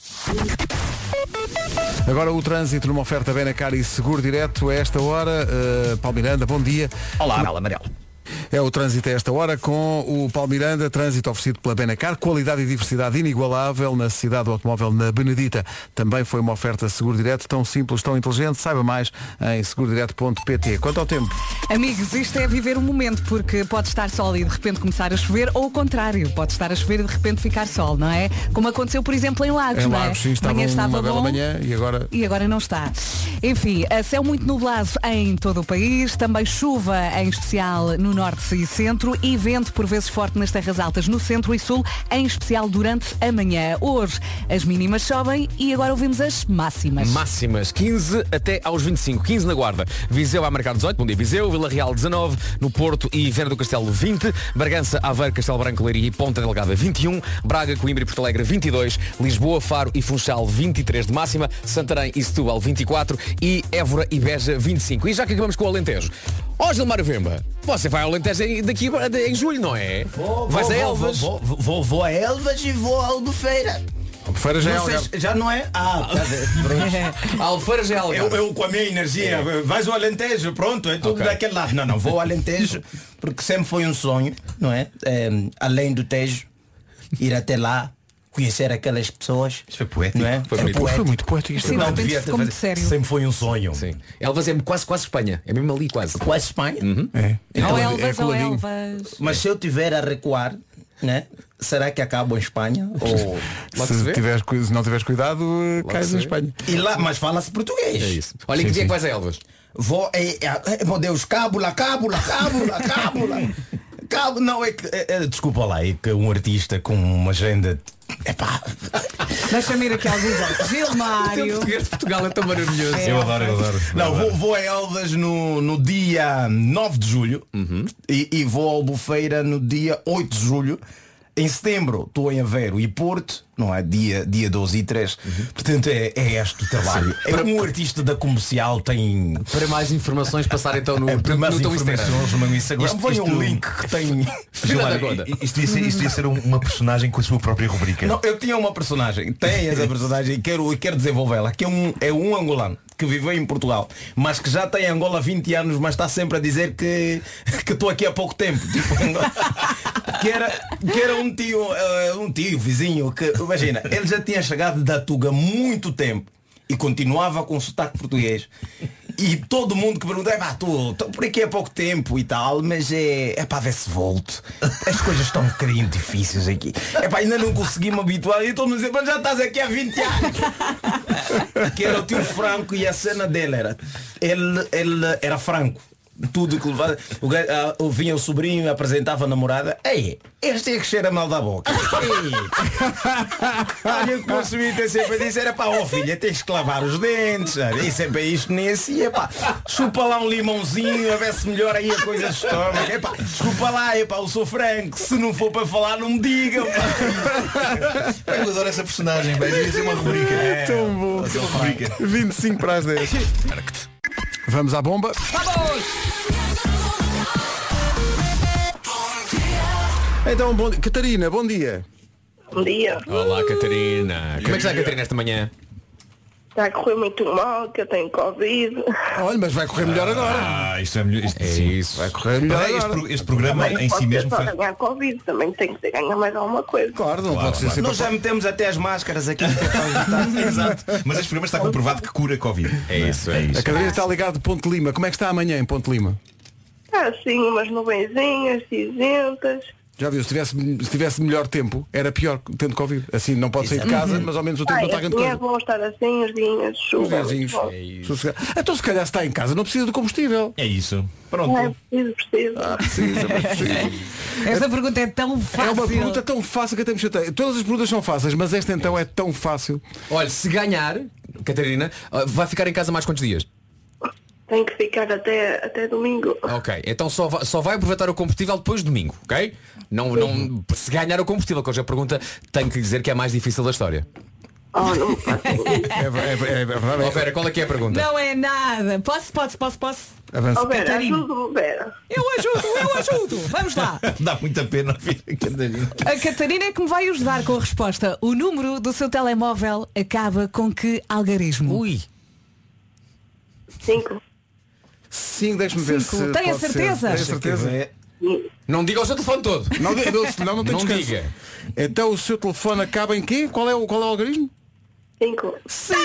Agora o trânsito numa oferta Benacar e Seguro Direto a esta hora. Paulo Miranda, bom dia. Olá, Amarelo. É o trânsito a esta hora com o Paulo Miranda, trânsito oferecido pela Benacar, qualidade e diversidade inigualável na cidade do automóvel na Benedita. Também foi uma oferta Seguro Direto, tão simples, tão inteligente. Saiba mais em segurodireto.pt. Quanto ao tempo? Amigos, isto é viver um momento, porque pode estar sol e de repente começar a chover, ou o contrário, pode estar a chover e de repente ficar sol, não é? Como aconteceu, por exemplo, em Lagos, Em não é? Lagos, sim, estava uma bela manhã e agora... E agora não está. Enfim, céu muito nublado em todo o país, também chuva, em especial no norte e centro, e vento por vezes forte nas terras altas no centro e sul, em especial durante a manhã. Hoje as mínimas sobem e agora ouvimos as máximas. Máximas 15 até aos 25. 15 na Guarda. Viseu vai marcar 18. Bom dia, Viseu. Vila Real 19. No Porto e Viana do Castelo 20. Bragança, Aveiro, Castelo Branco, Leiria e Ponta Delgada 21. Braga, Coimbra e Porto Alegre 22. Lisboa, Faro e Funchal 23 de máxima. Santarém e Setúbal 24. E Évora e Beja 25. E já que acabamos com o Alentejo. Ó Gilmário Vemba, você vai ao Alentejo daqui em julho, não é? Vais a Elvas. Vou a Elvas e vou a Albufeira. Albufeira já não é já não é? A Albufeira já é Algarve. Eu com a minha energia, vais ao Alentejo, pronto, é tudo daquele lado. Não, vou ao Alentejo, porque sempre foi um sonho, não é? Além do Tejo, ir até lá, conhecer aquelas pessoas. Isso foi poético. Não é? Foi muito poético. Sim, Não de repente devia ficou ter muito sério. Sempre foi um sonho. Sim. Elvas é quase Espanha. É mesmo ali quase. Quase Espanha. É. Ou Elvas, ou coladinho. Elvas. Mas se eu tiver a recuar, né? Será que acabo em Espanha? Ou... Se não tiveres cuidado, cais em Espanha. E lá, mas fala-se português. É isso. Olha, que dia é que vais a Elvas? Vou, meu Deus, cábula. Não, desculpa lá, é que um artista com uma agenda. Epá. Deixa-me ir aqui ao Google. Gilmário. O português de Portugal é tão maravilhoso. Eu adoro. Não, vou a Elvas no dia 9 de julho e vou ao Albufeira no dia 8 de julho. Em setembro estou em Aveiro e Porto, não é? Dia 12 e 13. Portanto é este o trabalho. Um artista da comercial tem... Para mais informações passar então no teu Instagram. No Instagram. Põe um link que tem... Isto devia ser uma personagem com a sua própria rubrica. Não, eu tinha uma personagem. Tem essa personagem e quero desenvolvê-la. Que é um angolano que viveu em Portugal, mas que já tem Angola há 20 anos, mas está sempre a dizer que estou aqui há pouco tempo. Tipo, que era um tio vizinho que, imagina, ele já tinha chegado da Tuga há muito tempo e continuava com sotaque português. E todo mundo que pergunta, estou por aqui há pouco tempo e tal, mas é para ver se volto. As coisas estão um bocadinho difíceis aqui. Ainda não consegui me habituar. E todo mundo diz, mas já estás aqui há 20 anos. Que era o tio Franco e a cena dele era. Ele era franco. Tudo que levava. Vinha o sobrinho e apresentava a namorada. Ei, este é que cheira mal da boca. Olha, o consumidor sempre disse, era filha, tens que lavar os dentes. E sempre é isto nesse. E chupa lá um limãozinho, a ver se melhora aí a coisa de estômago. Desculpa lá, eu sou franco. Se não for para falar, não me digam. Eu adoro essa personagem, vai ser uma rubrica. Tão bom. 25 para as 10. Vamos à bomba. Vamos! Então, bom dia. Catarina, bom dia. Bom dia. Olá, Catarina. Como é que está a Catarina esta manhã? Está a correr muito mal, que eu tenho Covid. Olha, mas vai correr melhor agora. Isso é melhor. Isso. Vai correr melhor agora. Este programa em si mesmo Pode faz... ganhar Covid, também tem que ganhar mais alguma coisa. Claro, não pode ser sempre... Nós já metemos até as máscaras aqui. Exato. Mas este programa está comprovado que cura Covid. É isso. A Catarina está ligada de Ponte Lima. Como é que está amanhã em Ponte Lima? Está assim, umas nuvenzinhas, cinzentas. Já viu, se tivesse melhor tempo, era pior tendo Covid. Assim, não pode sair de casa, mas ao menos o tempo não está grande assim coisa. é bom estar assim, os dias de chuva. Os diazinhos. Então se calhar está em casa, não precisa de combustível. É isso. Pronto. Não é preciso. Precisa. Esta pergunta é tão fácil. É uma pergunta tão fácil que até me chateia. Todas as perguntas são fáceis, mas esta então é tão fácil. Olha, se ganhar, Catarina, vai ficar em casa mais quantos dias? Tem que ficar até domingo. Ok, então só vai aproveitar o combustível depois de domingo, ok? Não, se ganhar o combustível, que hoje a pergunta tenho que lhe dizer que é a mais difícil da história. Oh, não faço É verdade. Oh, Vera, qual é que é a pergunta? Não é nada. Posso? Avança. Oh, Vera, Catarina. ajudo-me, Vera. Eu ajudo. Vamos lá. Dá muita pena ouvir a Catarina. A Catarina é que me vai ajudar com a resposta. O número do seu telemóvel acaba com que algarismo? Ui. 5. 5, deixa-me ver se Tem a pode ser. certeza? Tem a certeza? Não diga o seu telefone todo. Não tem Não descanso. diga. Então o seu telefone acaba em quê? Qual é o algarismo? 5. 5!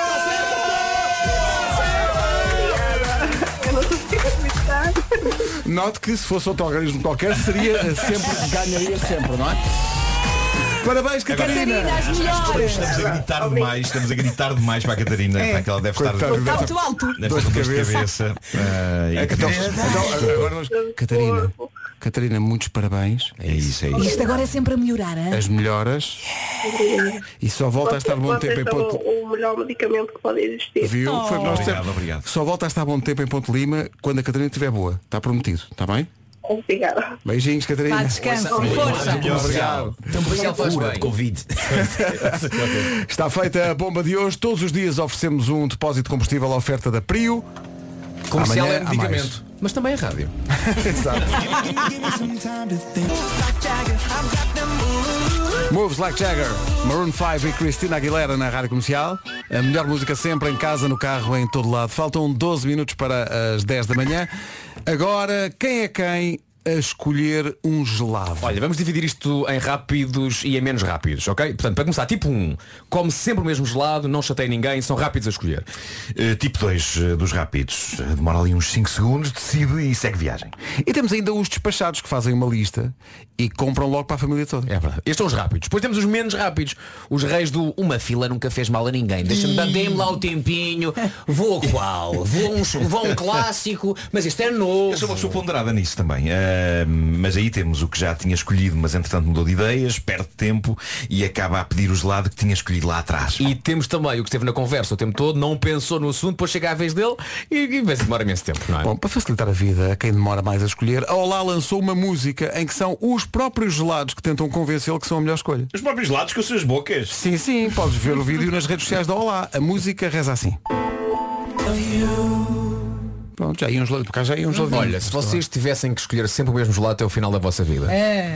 Eu não consigo acreditar. Note que se fosse outro algarismo qualquer seria sempre, ganharia sempre, não é? Parabéns, Catarina! As melhores. Estamos a gritar demais para a Catarina. Para que ela deve estar Alto, alto. dor de cabeça. Catarina, muitos parabéns. É isso. Isto agora é sempre a melhorar, hein? As melhoras. E só volta a estar bom tempo em Ponte Lima. O melhor medicamento que pode existir. Viu? Foi o que nós dissemos. Obrigado. Só volta a estar bom tempo em Ponte Lima quando a Catarina estiver boa. Está prometido, está bem? Obrigada. Beijinhos, Catarina. Vá, descanso, força. Obrigado. Comercial faz bem. Covid. Está feita a bomba de hoje. Todos os dias oferecemos um depósito de combustível à oferta da Prio. Comercial Amanhã é há medicamento. Mas também é rádio. Exato. Moves Like Jagger, Maroon 5 e Cristina Aguilera na Rádio Comercial. A melhor música sempre, em casa, no carro, em todo lado. Faltam 12 minutos para as 10 da manhã. Agora, quem é quem a escolher um gelado? Olha, vamos dividir isto em rápidos e em menos rápidos, ok? Portanto, para começar, tipo 1, come sempre o mesmo gelado, não chateia ninguém, são rápidos a escolher. Tipo 2 dos rápidos. Demora ali uns 5 segundos, decide e segue viagem. E temos ainda os despachados que fazem uma lista e compram logo para a família toda. É verdade. Estes são os rápidos. Depois temos os menos rápidos. Os reis do uma fila nunca fez mal a ninguém. Dê-me lá o tempinho. Vou a qual? Vou a um clássico, mas este é novo. Eu sou uma pessoa ponderada nisso também. Mas aí temos o que já tinha escolhido, mas entretanto mudou de ideias, perde tempo e acaba a pedir o gelado que tinha escolhido lá atrás. E temos também o que esteve na conversa o tempo todo, não pensou no assunto, depois chega à vez dele e demora imenso tempo, não é? Bom, para facilitar a vida a quem demora mais a escolher, a Olá lançou uma música em que são os próprios gelados que tentam convencê-lo que são a melhor escolha. Os próprios gelados com as suas bocas. Sim, podes ver o vídeo nas redes sociais da Olá. A música reza assim. Pronto, já iam uns gelados, porque já iam uns gelados. Olha, se vocês tivessem que escolher sempre o mesmo gelado até o final da vossa vida.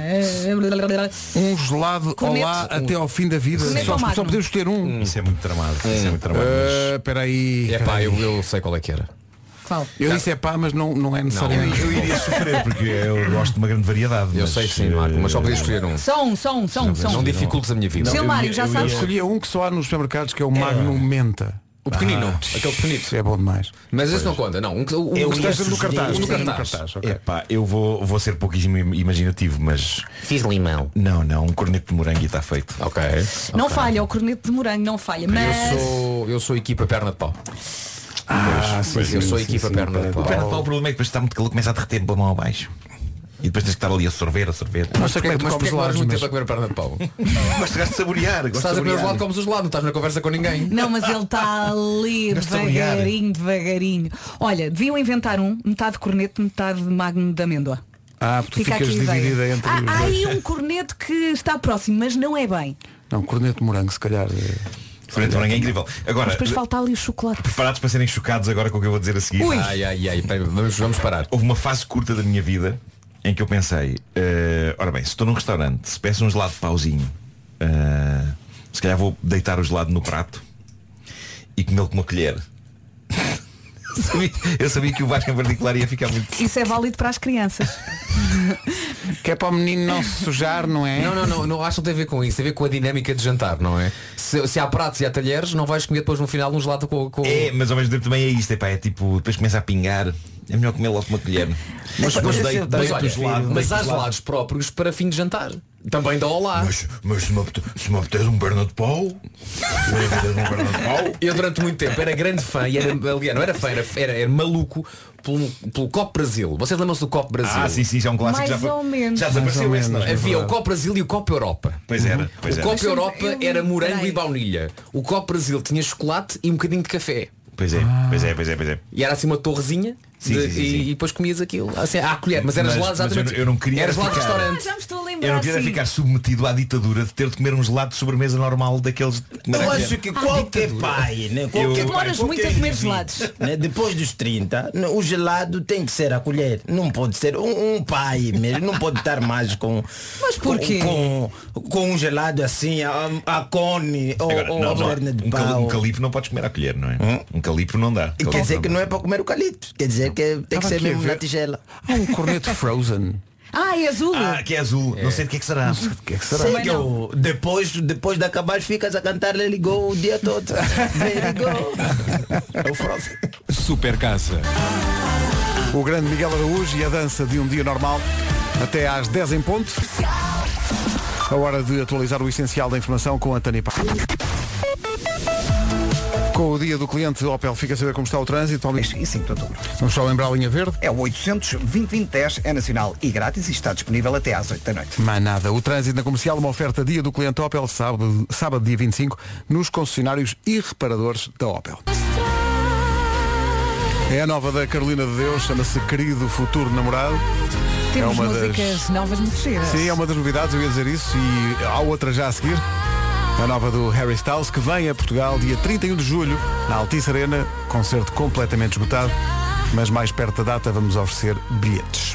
Um gelado Olá até ao fim da vida. Só podemos escolher um. Isso é muito tramado. Espera aí. É pá, eu sei qual é que era. Qual? Eu disse é pá, mas não é necessariamente. Eu iria sofrer porque eu gosto de uma grande variedade. Eu sei que sim, Marco, mas só podia escolher um. Só um. Não dificultes a minha vida. Gilmário, já sabes. Eu escolhia um que só há nos supermercados, que é o Magnum Menta. O pequenino, aquele pequenito. É bom demais. Mas esse não conta, não. O que esteja no cartaz. Okay. Epá, eu vou ser pouquíssimo imaginativo, mas... Fiz limão. Não, um corneto de morango e está feito. Ok. Não falha, o corneto de morango não falha, mas... Eu sou equipa perna de pau. Eu sou equipa perna de pau. O perna de pau, o problema é que depois está muito calor, começa a derreter pela mão abaixo. E depois tens que estar ali a sorver. Não sei como é que tu comes demoras gelados, muito mas... tempo a comer perna de pau. Mas chegaste a saborear. Se estás a comer o gelado, comes o gelado, não estás na conversa com ninguém. Não, mas ele está ali devagarinho. Olha, deviam inventar metade corneto, metade magno de amêndoa. Tu ficas dividida entre... Há aí um corneto que está próximo, mas não é bem. Não, corneto de morango, se calhar... Frente frango é incrível. Agora, Mas depois falta ali o chocolate. preparados para serem chocados agora com o que eu vou dizer a seguir? Ui. Ai, vamos parar. Houve uma fase curta da minha vida em que eu pensei, ora bem, se estou num restaurante, se peço um gelado de pauzinho, se calhar vou deitar o gelado no prato e comê-lo com uma colher. Eu sabia que o Vasco em particular ia ficar muito... Isso é válido para as crianças. Que é para o menino não se sujar, não é? Não acho que tem a ver com isso, tem a ver com a dinâmica de jantar, não é? Se há pratos e há talheres, não vais comer depois no final um gelado com... É, mas ao mesmo tempo também é isto, é tipo, depois começa a pingar, é melhor comer logo com uma colher. Mas há gelados próprios para fim de jantar. Também dá olá. Mas se me apetece um perna de pau, eu durante muito tempo era grande fã e aliás, não era fã, era maluco pelo Copo Brasil. Vocês lembram-se do Copo Brasil? Sim, é um clássico. Mais ou menos. Já desapareceu esse, não é? Havia o Copo Brasil e o Copo Europa. Pois era. O Copo Europa era morango e baunilha. O Copo Brasil tinha chocolate e um bocadinho de café. Pois é. E era assim uma torrezinha. Sim. E depois comias aquilo assim, à colher, mas era gelado exatamente. Eu não queria era gelado de restaurante. Já me estou a lembrar. Eu não queria ficar submetido à ditadura de ter de comer um gelado de sobremesa normal daqueles. Eu acho que qualquer pai, né? Demoras muito a comer gelados. Né? Depois dos 30, o gelado tem que ser a colher. Não pode ser um pai mesmo. Não pode estar mais com. Mas porquê? Com um gelado assim, a cone ou a perna de pau. Um calipo não podes comer à colher, não é? Um calipo não dá. Quer dizer que não é para comer o calipto. Quer dizer que tem que ser mesmo na tigela. Há um corneto Frozen. É azul. Que é azul. Não sei de que é que será. Sei que depois de acabar ficas a cantar Let It Go o dia todo. Let It Go. É o Frozen. Super Casa. O grande Miguel Araújo e a dança de um dia normal até às 10 em ponto. A hora de atualizar o essencial da informação com a Tânia Pá. Com o dia do cliente Opel, fica a saber como está o trânsito. E 5 de outubro. Vamos só lembrar a linha verde. É o 800-2020-10, é nacional e grátis e está disponível até às 8 da noite. Mais nada. O trânsito na comercial, uma oferta dia do cliente Opel, sábado dia 25, nos concessionários e reparadores da Opel. É a nova da Carolina de Deus, chama-se Querido Futuro Namorado. Temos uma músicas novas muito giras. Sim, é uma das novidades, eu ia dizer isso, e há outra já a seguir. A nova do Harry Styles, que vem a Portugal dia 31 de julho, na Altice Arena, concerto completamente esgotado, mas mais perto da data vamos oferecer bilhetes.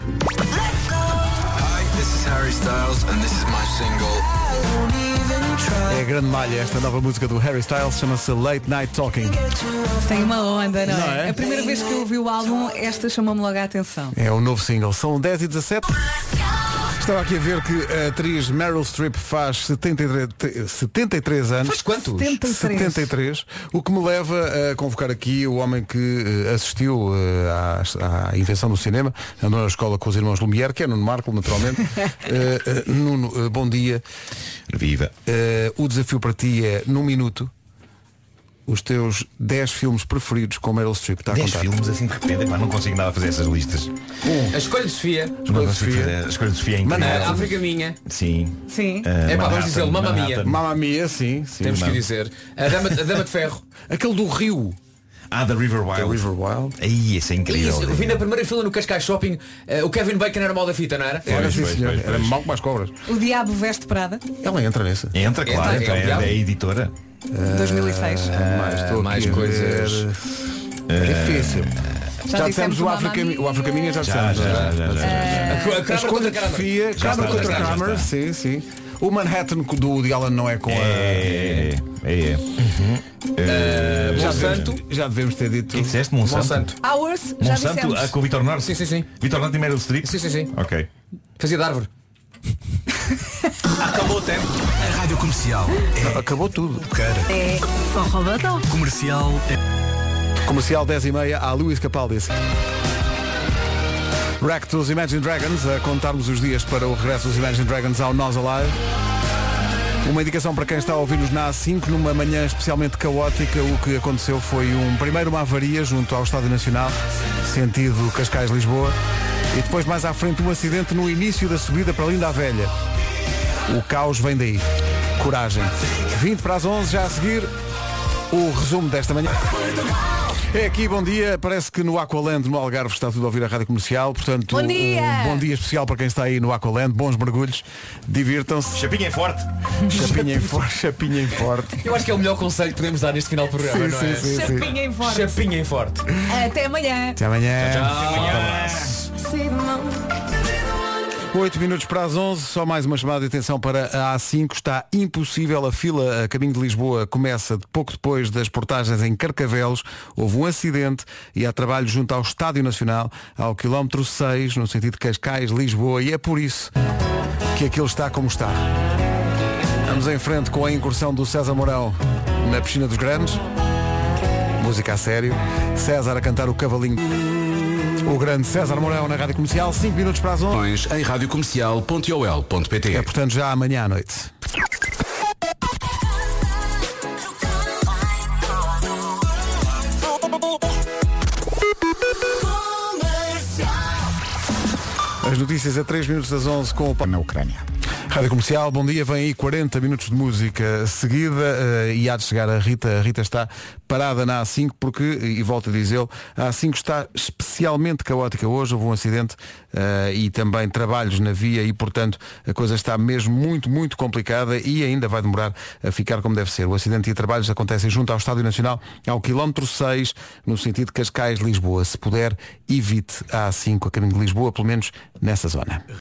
Hi, this is Harry Styles and this is my single. É a grande malha esta nova música do Harry Styles, chama-se Late Night Talking. Tem uma onda, não Não é? é? A primeira vez que eu ouvi o álbum, esta chamou-me logo a atenção. É o novo single. São 10h17. Estava aqui a ver que a atriz Meryl Streep faz 73 anos. Faz quantos? 73. O que me leva a convocar aqui o homem que assistiu à invenção do cinema, andou na escola com os irmãos Lumière, que é Nuno Marco, naturalmente. Nuno, bom dia. Viva. O desafio para ti é, num minuto, os teus 10 filmes preferidos com Meryl Streep. Está a 10 contar? filmes assim de repente, não consigo nada fazer essas listas. A escolha de Sofia. Não consigo fazer. A escolha de Sofia é incrível. A África Minha. Sim. Sim. Vamos dizer Mamma Mia. Mamma Mia, sim. Temos que dizer. A Dama de Ferro. Aquele do Rio. The River Wild. Aí, esse é incrível. Isso, eu vi na primeira fila no Cascais Shopping. O Kevin Bacon era mal da fita, não era? Era, sim, senhor. Era mal como as cobras. O Diabo Veste Prada. Ela entra nessa. Entra, claro. É a editora. 2006. Mais coisas. Difícil. Já dissemos o Mamma África Mia. Minha, já dissemos. A escolha de Sofia, Kramer contra Kramer, sim. O Manhattan do Woody Allen não é com Monsanto. Já devemos ter dito. O que disseste? Monsanto? Hours, já dissemos. Monsanto com o Vitor Norte? Sim. Vitor Norte e Meryl Streep? Sim. Ok. Fazia de árvore. Acabou o tempo. A Rádio Comercial Acabou tudo. É Forrobadão. Comercial. Comercial 10h30, há Luís Capaldi. Rack dos Imagine Dragons, a contarmos os dias para o regresso dos Imagine Dragons ao Nós Alive. Uma indicação para quem está a ouvir-nos na A5, numa manhã especialmente caótica. O que aconteceu foi primeiro uma avaria junto ao Estádio Nacional, sentido Cascais-Lisboa, e depois mais à frente um acidente no início da subida para Linda a Velha. O caos vem daí. Coragem. 20 para as 11, já a seguir o resumo desta manhã. É aqui, bom dia. Parece que no Aqualand, no Algarve, está tudo a ouvir a Rádio Comercial. Portanto, bom dia! Um bom dia especial para quem está aí no Aqualand. Bons mergulhos. Divirtam-se. Chapinha em forte. Chapinha em forte. Chapinha em forte. Eu acho que é o melhor conselho que podemos dar neste final do programa, não é? Sim. Chapinha em forte. Chapinha em forte. Até amanhã. Até amanhã. Tchau. 8 minutos para as 11, só mais uma chamada de atenção para a A5. Está impossível, a fila a caminho de Lisboa começa pouco depois das portagens em Carcavelos. Houve um acidente e há trabalho junto ao Estádio Nacional, ao quilómetro 6, no sentido de Cascais-Lisboa, e é por isso que aquilo está como está. Vamos em frente com a incursão do César Mourão na Piscina dos Grandes. Música a sério. César a cantar o Cavalinho. O grande César Mourão na Rádio Comercial, 5 minutos para as 11. Em radiocomercial.ol.pt. É, portanto, já amanhã à noite. As notícias a 3 minutos das 11 com o... na Ucrânia. Rádio Comercial, bom dia, vem aí 40 minutos de música seguida e há de chegar a Rita. A Rita está parada na A5 porque, e volto a dizê-lo, a A5 está especialmente caótica hoje. Houve um acidente e também trabalhos na via e, portanto, a coisa está mesmo muito, muito complicada e ainda vai demorar a ficar como deve ser. O acidente e trabalhos acontecem junto ao Estádio Nacional, ao quilómetro 6, no sentido de Cascais-Lisboa. Se puder, evite a A5 a caminho de Lisboa, pelo menos nessa zona.